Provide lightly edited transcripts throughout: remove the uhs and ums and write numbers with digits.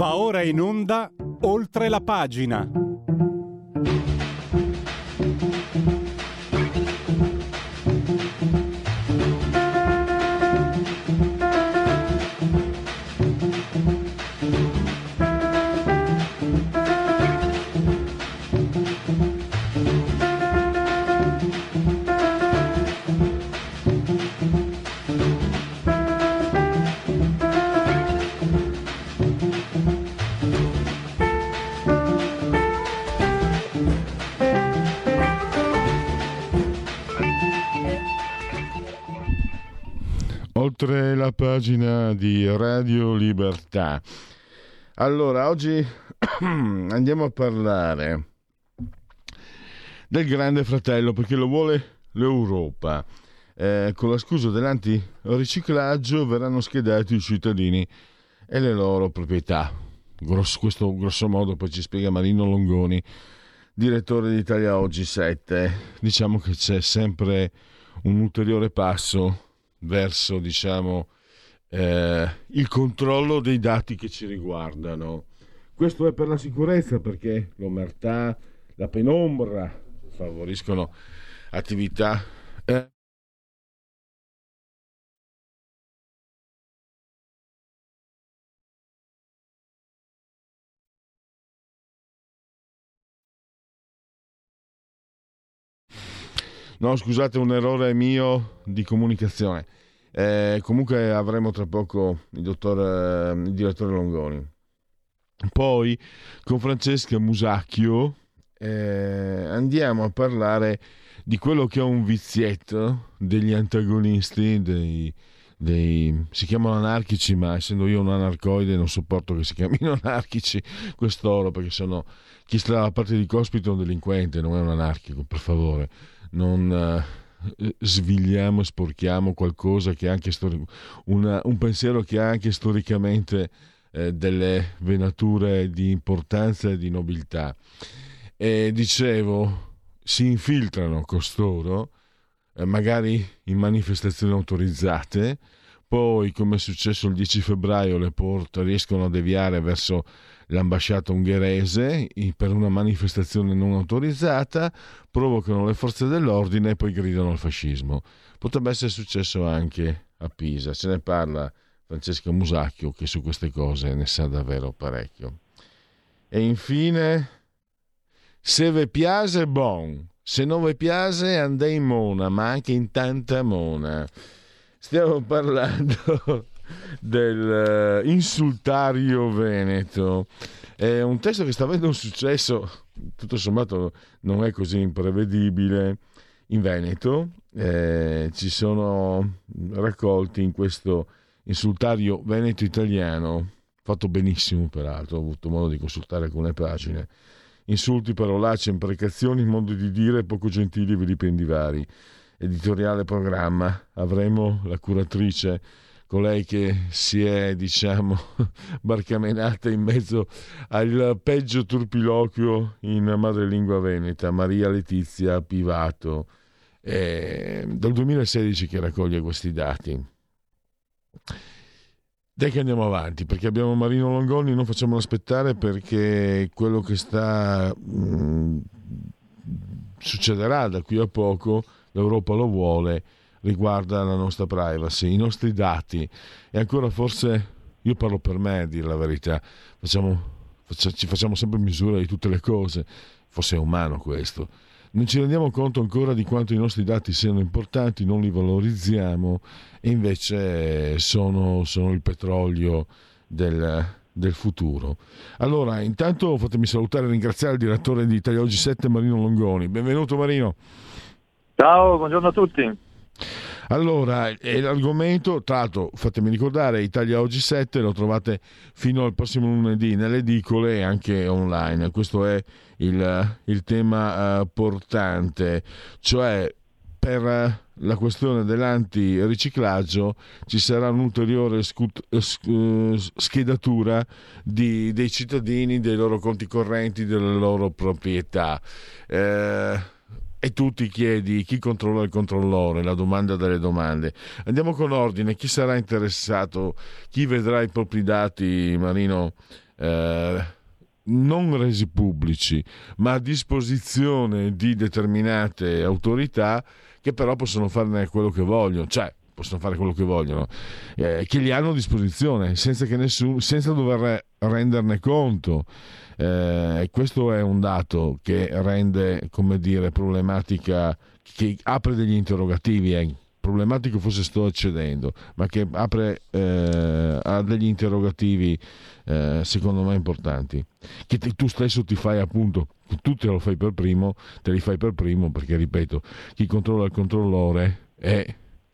Va ora in onda Oltre la pagina. Oltre la pagina di Radio Libertà. Allora, oggi andiamo a parlare del Grande Fratello, perché lo vuole l'Europa. Con la scusa dell'antiriciclaggio verranno schedati i cittadini e le loro proprietà. Questo grosso modo poi ci spiega Marino Longoni, direttore di Italia Oggi 7. Diciamo che c'è sempre un ulteriore passo verso, diciamo, il controllo dei dati che ci riguardano. Questo è per la sicurezza, perché l'omertà, la penombra favoriscono attività no, scusate, un errore mio di comunicazione. Comunque avremo tra poco il direttore Longoni. Poi con Francesca Musacchio andiamo a parlare di quello che è un vizietto degli antagonisti, si chiamano anarchici, ma essendo io un anarcoide non sopporto che si chiamino anarchici quest'oro, perché sono chi sta dalla parte di Cospito è un delinquente, non è un anarchico, per favore. Non svigliamo, sporchiamo qualcosa che è anche un pensiero che ha anche storicamente delle venature di importanza e di nobiltà. E dicevo, si infiltrano costoro, magari in manifestazioni autorizzate, poi, come è successo il 10 febbraio, le porte riescono a deviare verso l'ambasciata ungherese per una manifestazione non autorizzata, provocano le forze dell'ordine e poi gridano al fascismo. Potrebbe essere successo anche a Pisa. Ce ne parla Francesca Musacchio, che su queste cose ne sa davvero parecchio. E infine, se vi piace bon, se non vi piace andate in mona, ma anche in tanta mona. Stiamo parlando del insultario veneto. È un testo che sta avendo un successo, tutto sommato non è così imprevedibile, in Veneto. Ci sono raccolti in questo insultario veneto italiano, fatto benissimo peraltro, ho avuto modo di consultare alcune pagine. Insulti, parolacce, imprecazioni, modi di dire poco gentili e vilipendivari. Editoriale programma. Avremo la curatrice, colei che si è, diciamo, barcamenata in mezzo al peggio turpiloquio in madrelingua veneta, Maria Letizia Pivato, dal 2016 che raccoglie questi dati. Dai che andiamo avanti, perché abbiamo Marino Longoni, non facciamolo aspettare, perché quello che succederà da qui a poco, l'Europa lo vuole, riguarda la nostra privacy, i nostri dati. E ancora, forse, io parlo per me, a dire la verità, ci facciamo sempre misura di tutte le cose, forse è umano questo. Non ci rendiamo conto ancora di quanto i nostri dati siano importanti, non li valorizziamo, e invece sono il petrolio del futuro. Allora, intanto fatemi salutare e ringraziare il direttore di Italia Oggi 7, Marino Longoni. Benvenuto Marino. Ciao, buongiorno a tutti. Allora, l'argomento, tra l'altro, fatemi ricordare, Italia Oggi 7 lo trovate fino al prossimo lunedì nelle edicole e anche online. Questo è il tema portante, cioè per la questione dell'antiriciclaggio ci sarà un'ulteriore schedatura dei cittadini, dei loro conti correnti, delle loro proprietà. e tu ti chiedi chi controlla il controllore, la domanda delle domande. Andiamo con ordine, chi sarà interessato, chi vedrà i propri dati, Marino, non resi pubblici, ma a disposizione di determinate autorità che però possono farne quello che vogliono, cioè possono fare quello che vogliono, che li hanno a disposizione senza dover renderne conto. Questo è un dato che rende, come dire, problematica, che apre degli interrogativi. Problematico forse sto eccedendo, ma che apre a degli interrogativi secondo me importanti, che tu stesso ti fai, appunto, tu te li fai per primo, perché ripeto, chi controlla il controllore è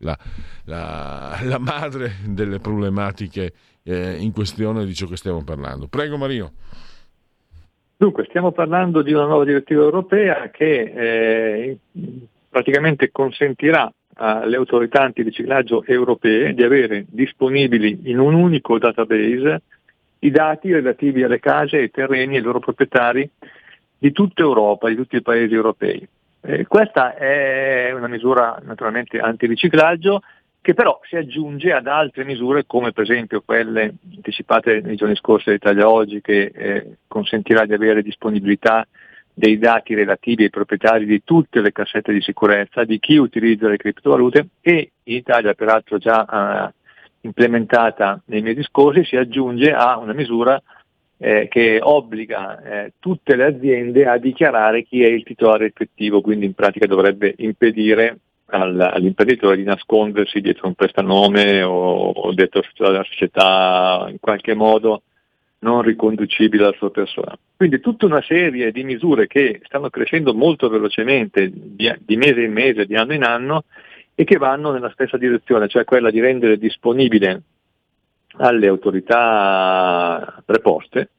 la madre delle problematiche in questione di ciò che stiamo parlando. Prego Marino. Dunque, stiamo parlando di una nuova direttiva europea che praticamente consentirà alle autorità antiriciclaggio europee di avere disponibili in un unico database i dati relativi alle case, ai terreni e ai loro proprietari di tutta Europa, di tutti i paesi europei. Questa è una misura naturalmente antiriciclaggio che però si aggiunge ad altre misure come per esempio quelle anticipate nei giorni scorsi dall'Italia Oggi, che consentirà di avere disponibilità dei dati relativi ai proprietari di tutte le cassette di sicurezza, di chi utilizza le criptovalute, e in Italia peraltro già implementata nei mesi scorsi, si aggiunge a una misura che obbliga tutte le aziende a dichiarare chi è il titolare effettivo, quindi in pratica dovrebbe impedire all'imprenditore di nascondersi dietro un prestanome o dietro la società in qualche modo non riconducibile alla sua persona. Quindi tutta una serie di misure che stanno crescendo molto velocemente di mese in mese, di anno in anno, e che vanno nella stessa direzione, cioè quella di rendere disponibile alle autorità preposte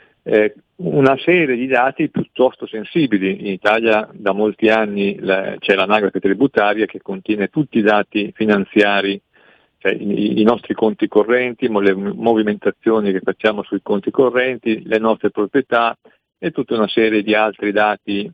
una serie di dati piuttosto sensibili. In Italia da molti anni c'è l'anagrafe tributaria che contiene tutti i dati finanziari, cioè i nostri conti correnti, le movimentazioni che facciamo sui conti correnti, le nostre proprietà e tutta una serie di altri dati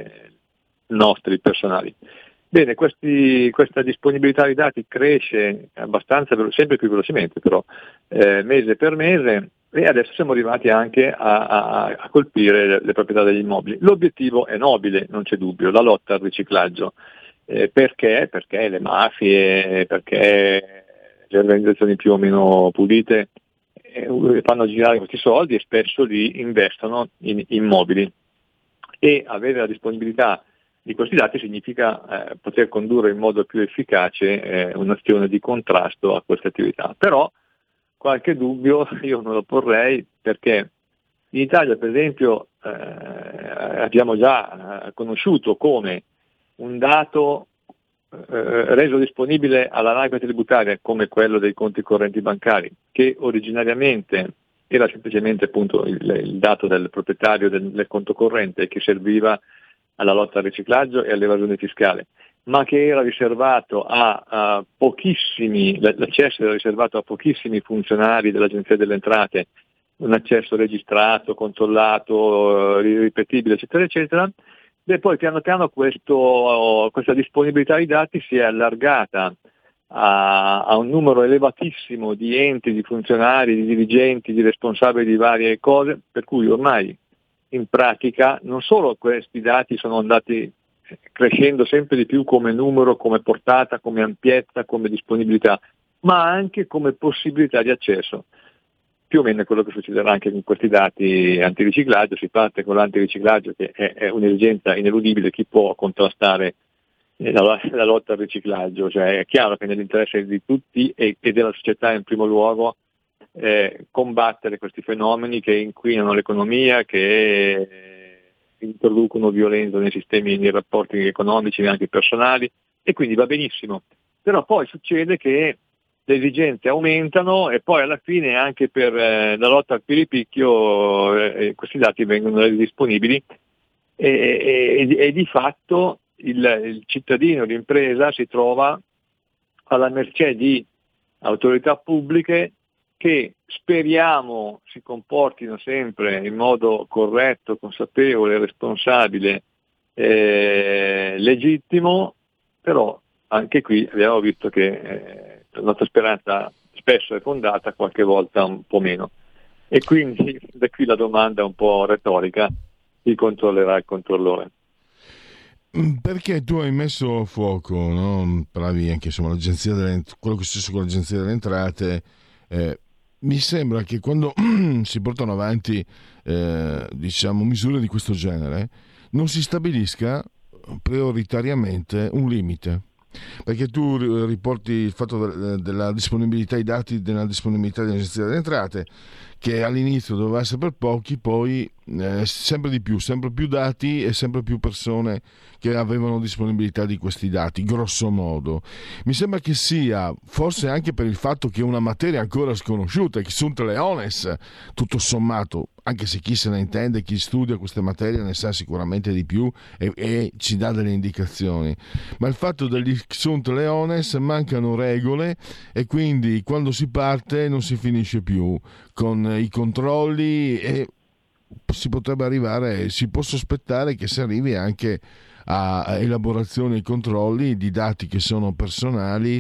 nostri personali. Bene, questa disponibilità di dati cresce abbastanza, sempre più velocemente però, mese per mese, e adesso siamo arrivati anche a colpire le proprietà degli immobili. L'obiettivo è nobile, non c'è dubbio, la lotta al riciclaggio. Perché? Perché le mafie, perché le organizzazioni più o meno pulite fanno girare questi soldi e spesso li investono in immobili. E avere la disponibilità di questi dati significa poter condurre in modo più efficace un'azione di contrasto a queste attività. Però qualche dubbio io non lo porrei, perché in Italia per esempio abbiamo già conosciuto come un dato reso disponibile all'anagrafe tributaria come quello dei conti correnti bancari, che originariamente era semplicemente appunto il dato del proprietario del conto corrente che serviva alla lotta al riciclaggio e all'evasione fiscale, ma che era riservato a pochissimi, l'accesso era riservato a pochissimi funzionari dell'Agenzia delle Entrate, un accesso registrato, controllato, ripetibile, eccetera, eccetera. E poi piano piano questa disponibilità di dati si è allargata a un numero elevatissimo di enti, di funzionari, di dirigenti, di responsabili di varie cose, per cui ormai in pratica non solo questi dati sono andati crescendo sempre di più come numero, come portata, come ampiezza, come disponibilità, ma anche come possibilità di accesso. Più o meno è quello che succederà anche con questi dati antiriciclaggio. Si parte con l'antiriciclaggio, che è un'esigenza ineludibile. Chi può contrastare la lotta al riciclaggio? Cioè, è chiaro che nell'interesse di tutti e della società in primo luogo combattere questi fenomeni che inquinano l'economia, che introducono violenza nei sistemi, nei rapporti economici e anche personali, e quindi va benissimo. Però poi succede che le esigenze aumentano e poi alla fine anche per la lotta al piripicchio questi dati vengono resi disponibili e di fatto il cittadino, l'impresa si trova alla mercé di autorità pubbliche che speriamo si comportino sempre in modo corretto, consapevole, responsabile legittimo, però anche qui abbiamo visto che la nostra speranza spesso è fondata, qualche volta un po' meno. E quindi da qui la domanda un po' retorica: chi controllerà il controllore? Perché tu hai messo a fuoco, no? Parlavi anche insomma quello che è successo con l'Agenzia delle Entrate. Mi sembra che quando si portano avanti diciamo misure di questo genere non si stabilisca prioritariamente un limite. Perché tu riporti il fatto della disponibilità, i dati della disponibilità dell'Agenzia delle Entrate, che all'inizio doveva essere per pochi, poi sempre più dati e sempre più persone che avevano disponibilità di questi dati, grosso modo. Mi sembra che sia, forse anche per il fatto che è una materia ancora sconosciuta, che sunt leones, tutto sommato, anche se chi se ne intende, chi studia queste materie ne sa sicuramente di più e ci dà delle indicazioni. Ma il fatto degli sunt leones, mancano regole e quindi quando si parte non si finisce più con i controlli e si può sospettare che si arrivi anche a elaborazione e controlli di dati che sono personali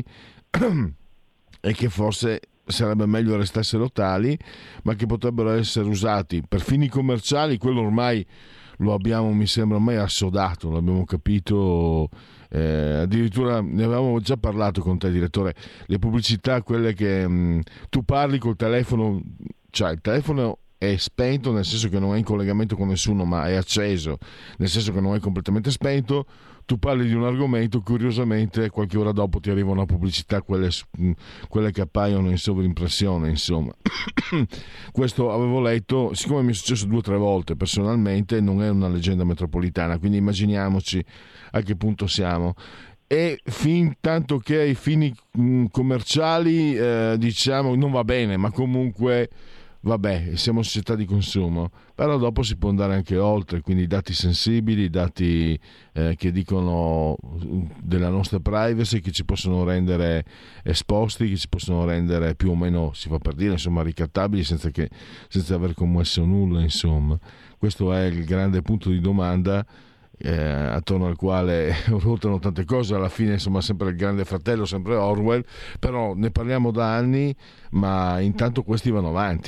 e che forse sarebbe meglio restassero tali, ma che potrebbero essere usati per fini commerciali. Quello ormai lo abbiamo, mi sembra, ormai assodato, l'abbiamo capito. Addirittura ne avevamo già parlato con te, direttore, le pubblicità, quelle che tu parli col telefono, cioè il telefono è spento, nel senso che non è in collegamento con nessuno, ma è acceso, nel senso che non è completamente spento. Tu parli di un argomento, curiosamente qualche ora dopo ti arriva una pubblicità, quelle che appaiono in sovrimpressione, insomma. Questo avevo letto, siccome mi è successo 2 o 3 volte personalmente, non è una leggenda metropolitana, quindi immaginiamoci a che punto siamo. E fin tanto che ai fini commerciali diciamo non va bene, ma comunque vabbè, siamo società di consumo, però dopo si può andare anche oltre, quindi dati sensibili, dati che dicono della nostra privacy, che ci possono rendere esposti, che ci possono rendere più o meno, si fa per dire, insomma, ricattabili senza aver commesso nulla, insomma. Questo è il grande punto di domanda attorno al quale ruotano tante cose. Alla fine, insomma, sempre il grande fratello, sempre Orwell, però ne parliamo da anni, ma intanto questi vanno avanti.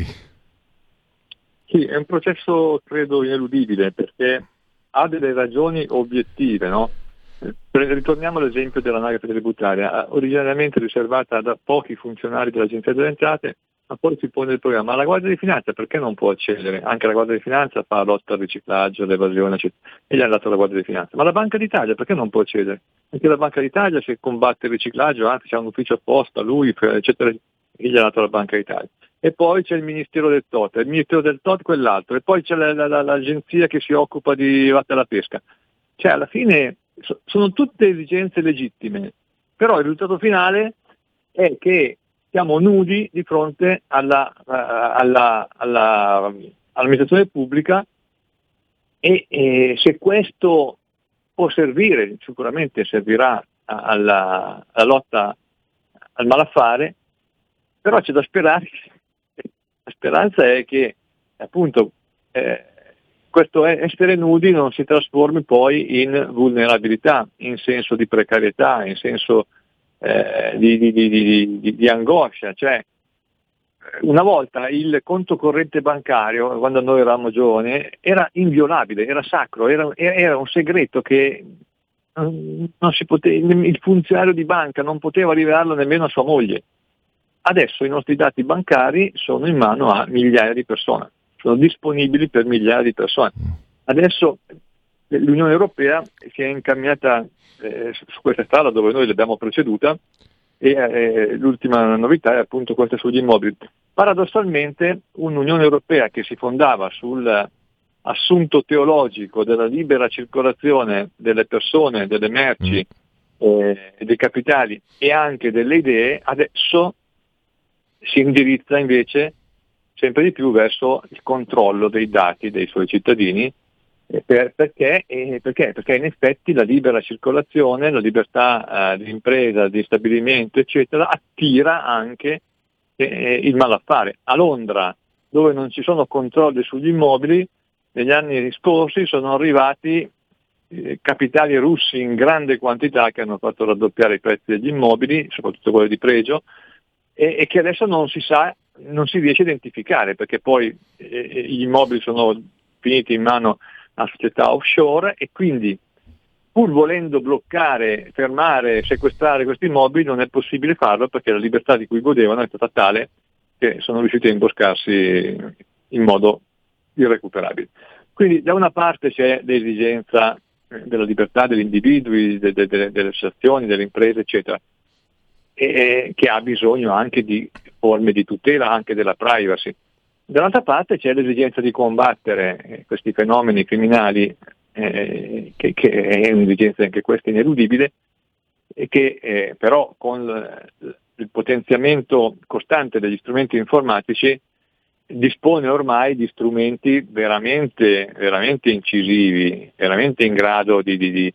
Sì, è un processo credo ineludibile, perché ha delle ragioni obiettive, no? Ritorniamo all'esempio dell'anagrafe tributaria, originariamente riservata da pochi funzionari dell'Agenzia delle Entrate, ma poi si pone il problema: ma la Guardia di Finanza perché non può accedere? Anche la Guardia di Finanza fa lotta al riciclaggio, all'evasione, eccetera, e gli hanno dato la Guardia di Finanza. Ma la Banca d'Italia perché non può accedere? Anche la Banca d'Italia, se combatte il riciclaggio, anzi c'è un ufficio apposta, lui, eccetera, e gli ha dato la Banca d'Italia. E poi c'è il Ministero del Tot, il Ministero del Tot quell'altro, e poi c'è l'agenzia che si occupa di latte alla pesca. Cioè, alla fine sono tutte esigenze legittime, però il risultato finale è che siamo nudi di fronte all'amministrazione pubblica e se questo può servire, sicuramente servirà alla lotta al malaffare, però c'è da sperare. La speranza è che appunto questo essere nudi non si trasformi poi in vulnerabilità, in senso di precarietà, in senso di angoscia. Cioè, una volta il conto corrente bancario, quando noi eravamo giovani, era inviolabile, era sacro, era un segreto che non si il funzionario di banca non poteva rivelarlo nemmeno a sua moglie. Adesso i nostri dati bancari sono in mano a migliaia di persone, sono disponibili per migliaia di persone. Adesso l'Unione Europea si è incamminata su questa strada, dove noi l'abbiamo preceduta, e l'ultima novità è appunto questa sugli immobili. Paradossalmente un'Unione Europea che si fondava sul assunto teologico della libera circolazione delle persone, delle merci, dei capitali e anche delle idee, adesso si indirizza invece sempre di più verso il controllo dei dati dei suoi cittadini. Perché in effetti la libera circolazione, la libertà di impresa, di stabilimento, eccetera, attira anche il malaffare. A Londra, dove non ci sono controlli sugli immobili, negli anni scorsi sono arrivati capitali russi in grande quantità che hanno fatto raddoppiare i prezzi degli immobili, soprattutto quelli di pregio, e che adesso non si riesce a identificare, perché poi gli immobili sono finiti in mano a società offshore, e quindi, pur volendo bloccare, fermare, sequestrare questi immobili, non è possibile farlo, perché la libertà di cui godevano è stata tale che sono riusciti a imboscarsi in modo irrecuperabile. Quindi da una parte c'è l'esigenza della libertà degli individui, delle associazioni, delle imprese, eccetera, e che ha bisogno anche di forme di tutela anche della privacy. Dall'altra parte c'è l'esigenza di combattere questi fenomeni criminali, che è un'esigenza anche questa ineludibile, e che però con il potenziamento costante degli strumenti informatici dispone ormai di strumenti veramente, veramente incisivi, veramente in grado di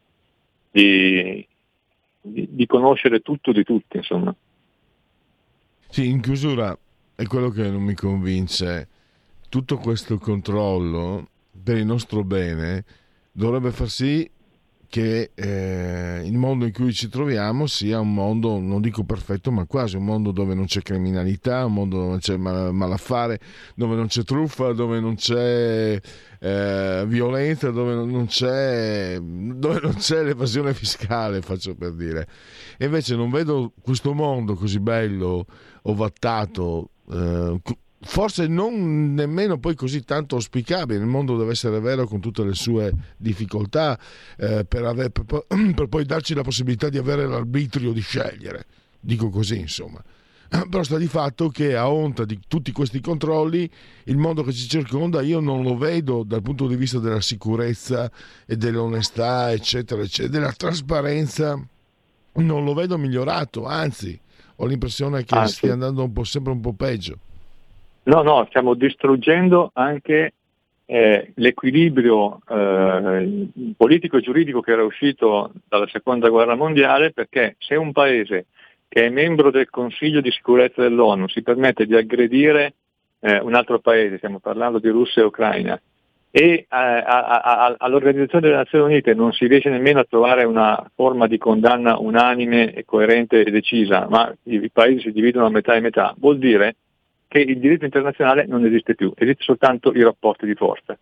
conoscere tutto di tutti, insomma. Sì, in chiusura è quello che non mi convince. Tutto questo controllo per il nostro bene dovrebbe far sì che il mondo in cui ci troviamo sia un mondo, non dico perfetto, ma quasi un mondo dove non c'è criminalità, un mondo dove non c'è malaffare, dove non c'è truffa, dove non c'è violenza, dove non c'è l'evasione fiscale, faccio per dire. E invece non vedo questo mondo così bello, ovattato, forse non nemmeno poi così tanto auspicabile. Il mondo deve essere vero, con tutte le sue difficoltà, per poi darci la possibilità di avere l'arbitrio di scegliere, dico così, insomma. Però sta di fatto che, a onta di tutti questi controlli, il mondo che ci circonda io non lo vedo dal punto di vista della sicurezza e dell'onestà, eccetera, eccetera, della trasparenza, non lo vedo migliorato, anzi ho l'impressione che stia andando sempre un po' peggio. No, stiamo distruggendo anche l'equilibrio politico e giuridico che era uscito dalla seconda guerra mondiale, perché se un paese che è membro del Consiglio di sicurezza dell'ONU si permette di aggredire un altro paese, stiamo parlando di Russia e Ucraina, e all'Organizzazione delle Nazioni Unite non si riesce nemmeno a trovare una forma di condanna unanime e coerente e decisa, ma i paesi si dividono a metà e metà, vuol dire che il diritto internazionale non esiste più, esiste soltanto i rapporti di forza.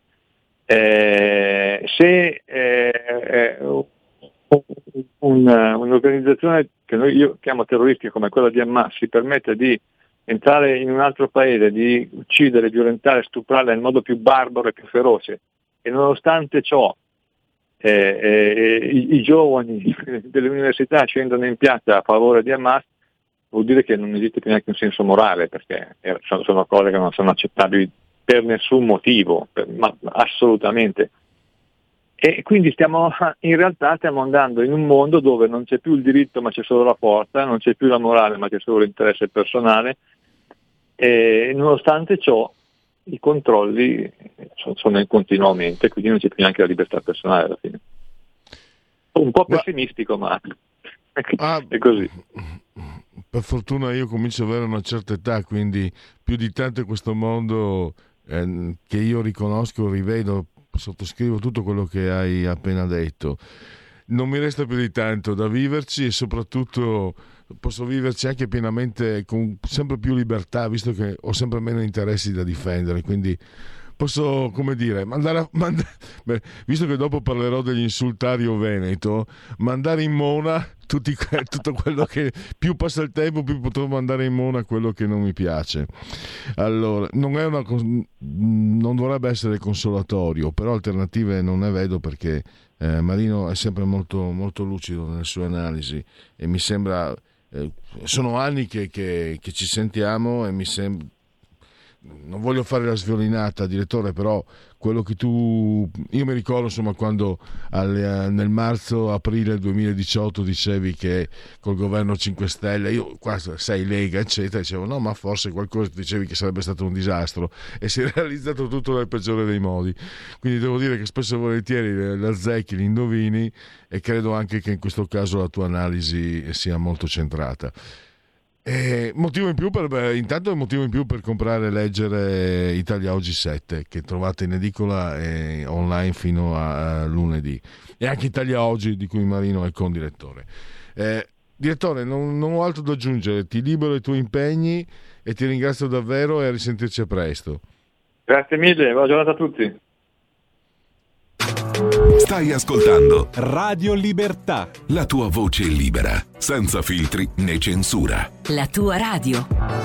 Se un'organizzazione che io chiamo terroristica come quella di Hamas si permette di entrare in un altro paese, di uccidere, violentare, stuprare nel modo più barbaro e più feroce, e nonostante ciò i giovani delle università scendono in piazza a favore di Hamas, vuol dire che non esiste più neanche un senso morale, perché sono cose che non sono accettabili per nessun motivo, ma assolutamente. E quindi in realtà stiamo andando in un mondo dove non c'è più il diritto ma c'è solo la forza, non c'è più la morale ma c'è solo l'interesse personale, e nonostante ciò i controlli sono in continuo aumento, e quindi non c'è più neanche la libertà personale alla fine. Un po' pessimistico, ma è così. Per fortuna io comincio ad avere una certa età, quindi più di tanto in questo mondo che io riconosco, rivedo, sottoscrivo tutto quello che hai appena detto. Non mi resta più di tanto da viverci, e soprattutto posso viverci anche pienamente, con sempre più libertà, visto che ho sempre meno interessi da difendere, quindi posso, come dire, visto che dopo parlerò degli insultario veneto, mandare in mona tutto quello che, più passa il tempo più potrò mandare in mona quello che non mi piace. Allora, non dovrebbe essere consolatorio, però alternative non ne vedo, perché Marino è sempre molto, molto lucido nelle sue analisi, e mi sembra sono anni che ci sentiamo, e mi sembra, non voglio fare la sviolinata, direttore, però quello che io mi ricordo, insomma, quando nel marzo-aprile 2018 dicevi che col governo 5 Stelle, io qua sei Lega eccetera, dicevo no, ma forse qualcosa, dicevi che sarebbe stato un disastro, e si è realizzato tutto nel peggiore dei modi. Quindi devo dire che spesso e volentieri l'azzecchi, li indovini, e credo anche che in questo caso la tua analisi sia molto centrata. Motivo in più intanto è motivo in più per comprare e leggere Italia Oggi 7, che trovate in edicola e online fino a lunedì, e anche Italia Oggi, di cui Marino è condirettore. Direttore, non ho altro da aggiungere, ti libero i tuoi impegni e ti ringrazio davvero, e a risentirci presto. Grazie mille, buona giornata a tutti. Stai ascoltando Radio Libertà, la tua voce libera, senza filtri né censura. La tua radio.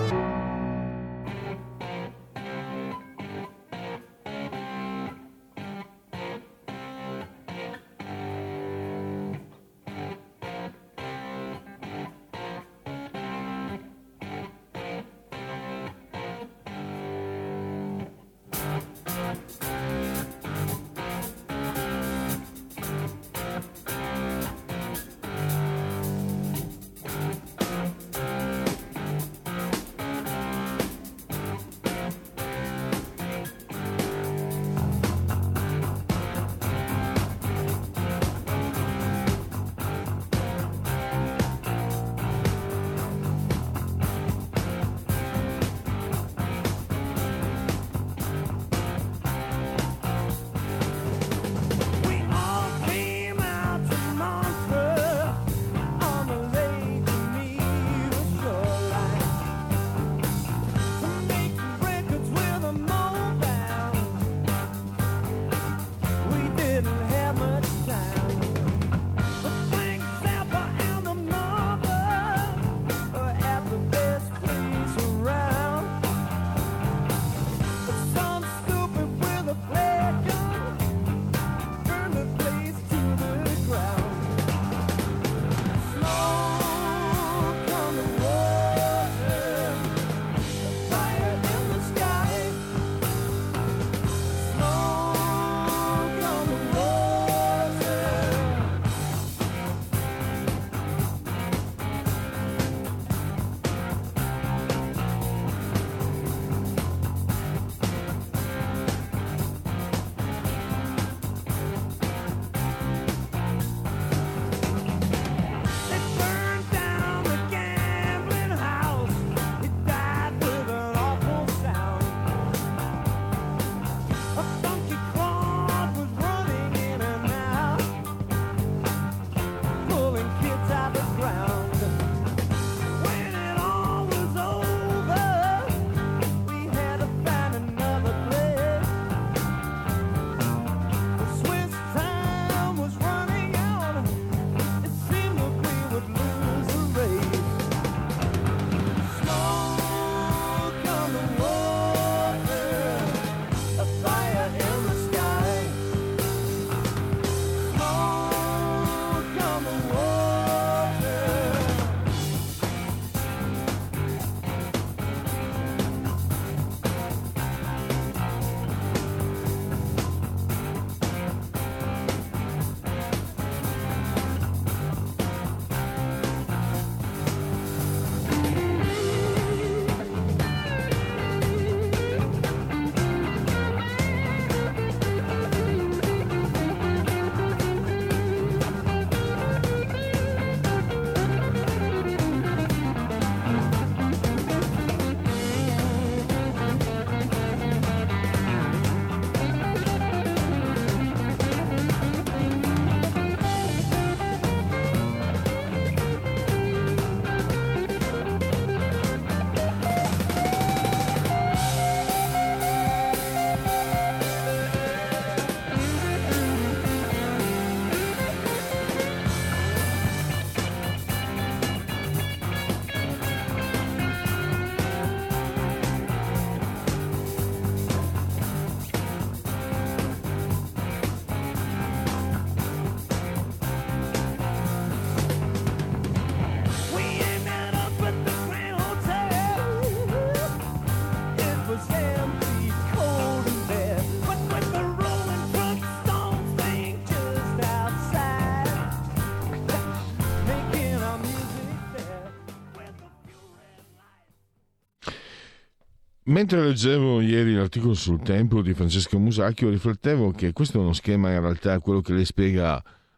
Mentre leggevo ieri l'articolo sul Tempo di Francesco Musacchio, riflettevo che questo è uno schema, in realtà, quello che lei spiega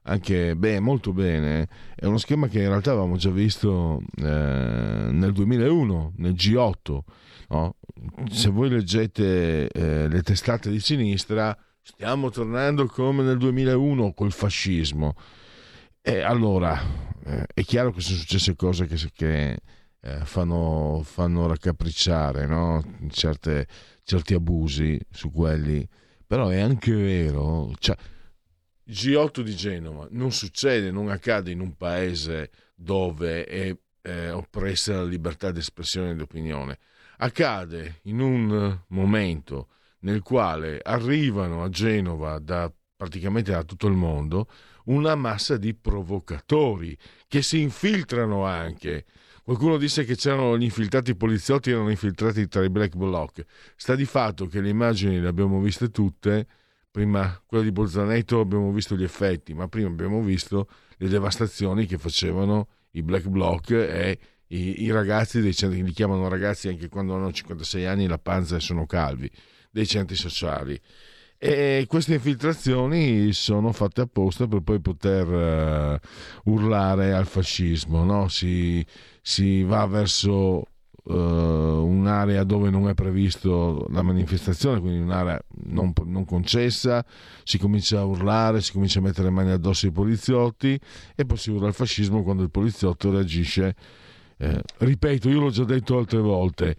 anche molto bene, è uno schema che in realtà avevamo già visto nel 2001, nel G8. No? Se voi leggete le testate di sinistra, stiamo tornando come nel 2001 col fascismo. E allora è chiaro che sono successe cose che fanno raccapricciare, no? Certi abusi su quelli, però è anche vero, cioè, G8 di Genova non succede, non accade in un paese dove è oppressa la libertà di espressione e di opinione, accade in un momento nel quale arrivano a Genova praticamente da tutto il mondo una massa di provocatori che si infiltrano anche. Qualcuno disse che c'erano gli infiltrati poliziotti, erano infiltrati tra i black bloc. Sta di fatto che le immagini le abbiamo viste tutte. Prima quella di Bolzaneto abbiamo visto gli effetti, ma prima abbiamo visto le devastazioni che facevano i black bloc e i ragazzi dei centri, li chiamano ragazzi anche quando hanno 56 anni, la panza e sono calvi, dei centri sociali. E queste infiltrazioni sono fatte apposta per poi poter urlare al fascismo, no? Si va verso un'area dove non è previsto la manifestazione, quindi un'area non concessa, si comincia a urlare, si comincia a mettere le mani addosso ai poliziotti e poi si urla al fascismo quando il poliziotto reagisce. Ripeto, io l'ho già detto altre volte,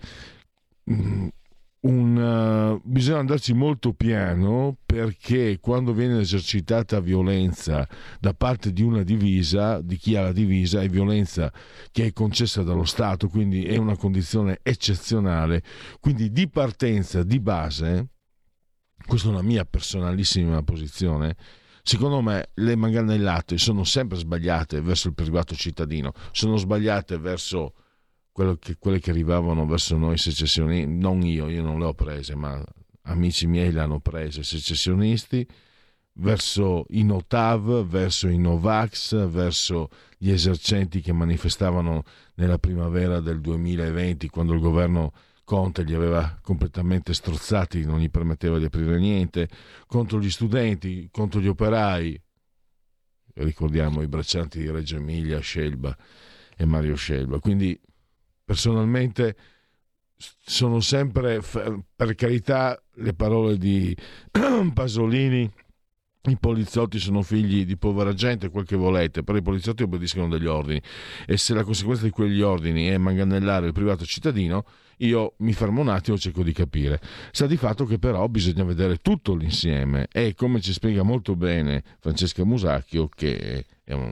bisogna andarci molto piano, perché quando viene esercitata violenza da parte di una divisa, di chi ha la divisa, è violenza che è concessa dallo Stato, quindi è una condizione eccezionale. Quindi di partenza, di base, questa è una mia personalissima posizione, secondo me le manganellate sono sempre sbagliate verso il privato cittadino, sono sbagliate verso quelle che arrivavano verso noi secessionisti. Non io non le ho prese, ma amici miei le hanno prese, secessionisti, verso i Notav, verso i Novax, verso gli esercenti che manifestavano nella primavera del 2020, quando il governo Conte li aveva completamente strozzati, non gli permetteva di aprire niente, contro gli studenti, contro gli operai. Ricordiamo i braccianti di Reggio Emilia, Scelba e Mario Scelba. Quindi personalmente sono sempre, per carità, le parole di Pasolini: i poliziotti sono figli di povera gente, quel che volete, però i poliziotti obbediscono degli ordini, e se la conseguenza di quegli ordini è manganellare il privato cittadino, io mi fermo un attimo e cerco di capire. Sta di fatto che però bisogna vedere tutto l'insieme, e come ci spiega molto bene Francesca Musacchio, che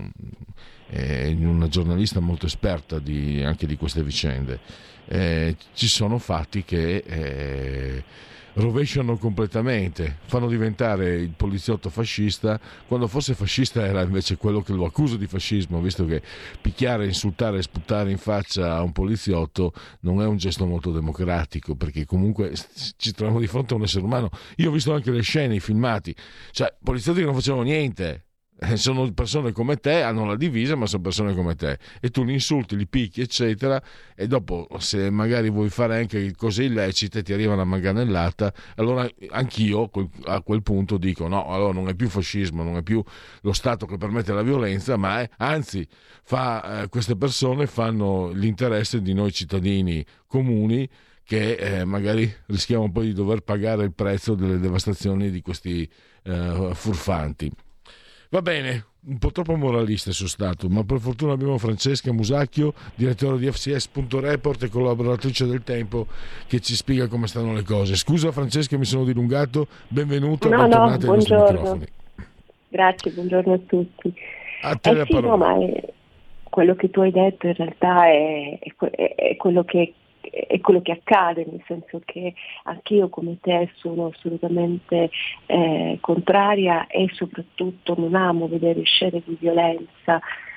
è una giornalista molto esperta anche di queste vicende, ci sono fatti che rovesciano completamente, fanno diventare il poliziotto fascista, quando forse fascista era invece quello che lo accusa di fascismo, visto che picchiare, insultare e sputare in faccia a un poliziotto non è un gesto molto democratico, perché comunque ci troviamo di fronte a un essere umano. Io ho visto anche le scene, i filmati, cioè poliziotti che non facevano niente, sono persone come te, hanno la divisa ma sono persone come te, e tu li insulti, li picchi eccetera, e dopo se magari vuoi fare anche cose illecite ti arriva una manganellata. Allora anch'io a quel punto dico no, allora non è più fascismo, non è più lo Stato che permette la violenza, ma anzi queste persone fanno l'interesse di noi cittadini comuni, che magari rischiamo poi di dover pagare il prezzo delle devastazioni di questi furfanti. Va bene, un po' troppo moralista sono stato, ma per fortuna abbiamo Francesca Musacchio, direttore di FCS.report e collaboratrice del Tempo, che ci spiega come stanno le cose. Scusa Francesca, mi sono dilungato, benvenuta, bentornata ai nostri microfoni. Grazie, buongiorno a tutti. A te la parola. No, ma quello che tu hai detto in realtà è quello che accade, nel senso che anch'io come te sono assolutamente contraria, e soprattutto non amo vedere scene di violenza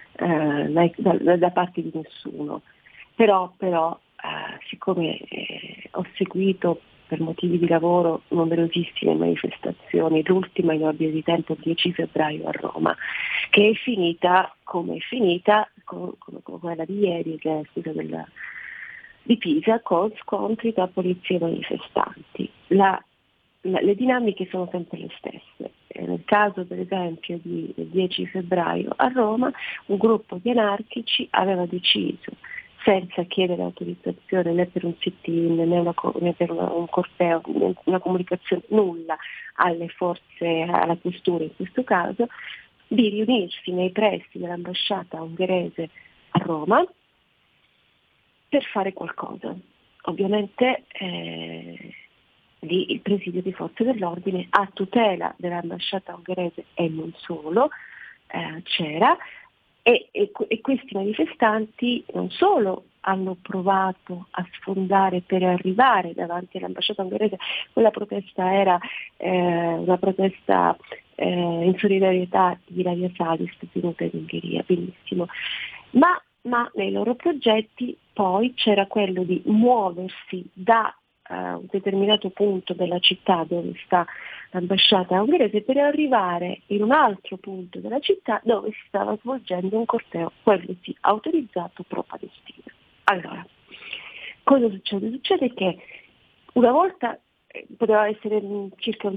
da parte di nessuno, però siccome ho seguito per motivi di lavoro numerosissime manifestazioni, l'ultima in ordine di tempo il 10 febbraio a Roma, che è finita come è finita, con quella di ieri, che è stata di Pisa, con scontri tra polizia e manifestanti. Le dinamiche sono sempre le stesse. nel caso per esempio del 10 febbraio a Roma, un gruppo di anarchici aveva deciso, senza chiedere autorizzazione né per un sit-in né per un corteo, né una comunicazione, nulla alle forze, alla questura in questo caso, di riunirsi nei pressi dell'ambasciata ungherese a Roma per fare qualcosa. Ovviamente il presidio di forze dell'ordine a tutela dell'ambasciata ungherese e non solo c'era, e questi manifestanti non solo hanno provato a sfondare per arrivare davanti all'ambasciata ungherese, quella protesta era una protesta in solidarietà di Ilaria Salis tenuta in Ungheria, benissimo, ma nei loro progetti poi c'era quello di muoversi da un determinato punto della città dove sta l'ambasciata ungherese per arrivare in un altro punto della città dove si stava svolgendo un corteo, quello sì, autorizzato pro-Palestina. Allora, cosa succede? Succede che una volta poteva essere circa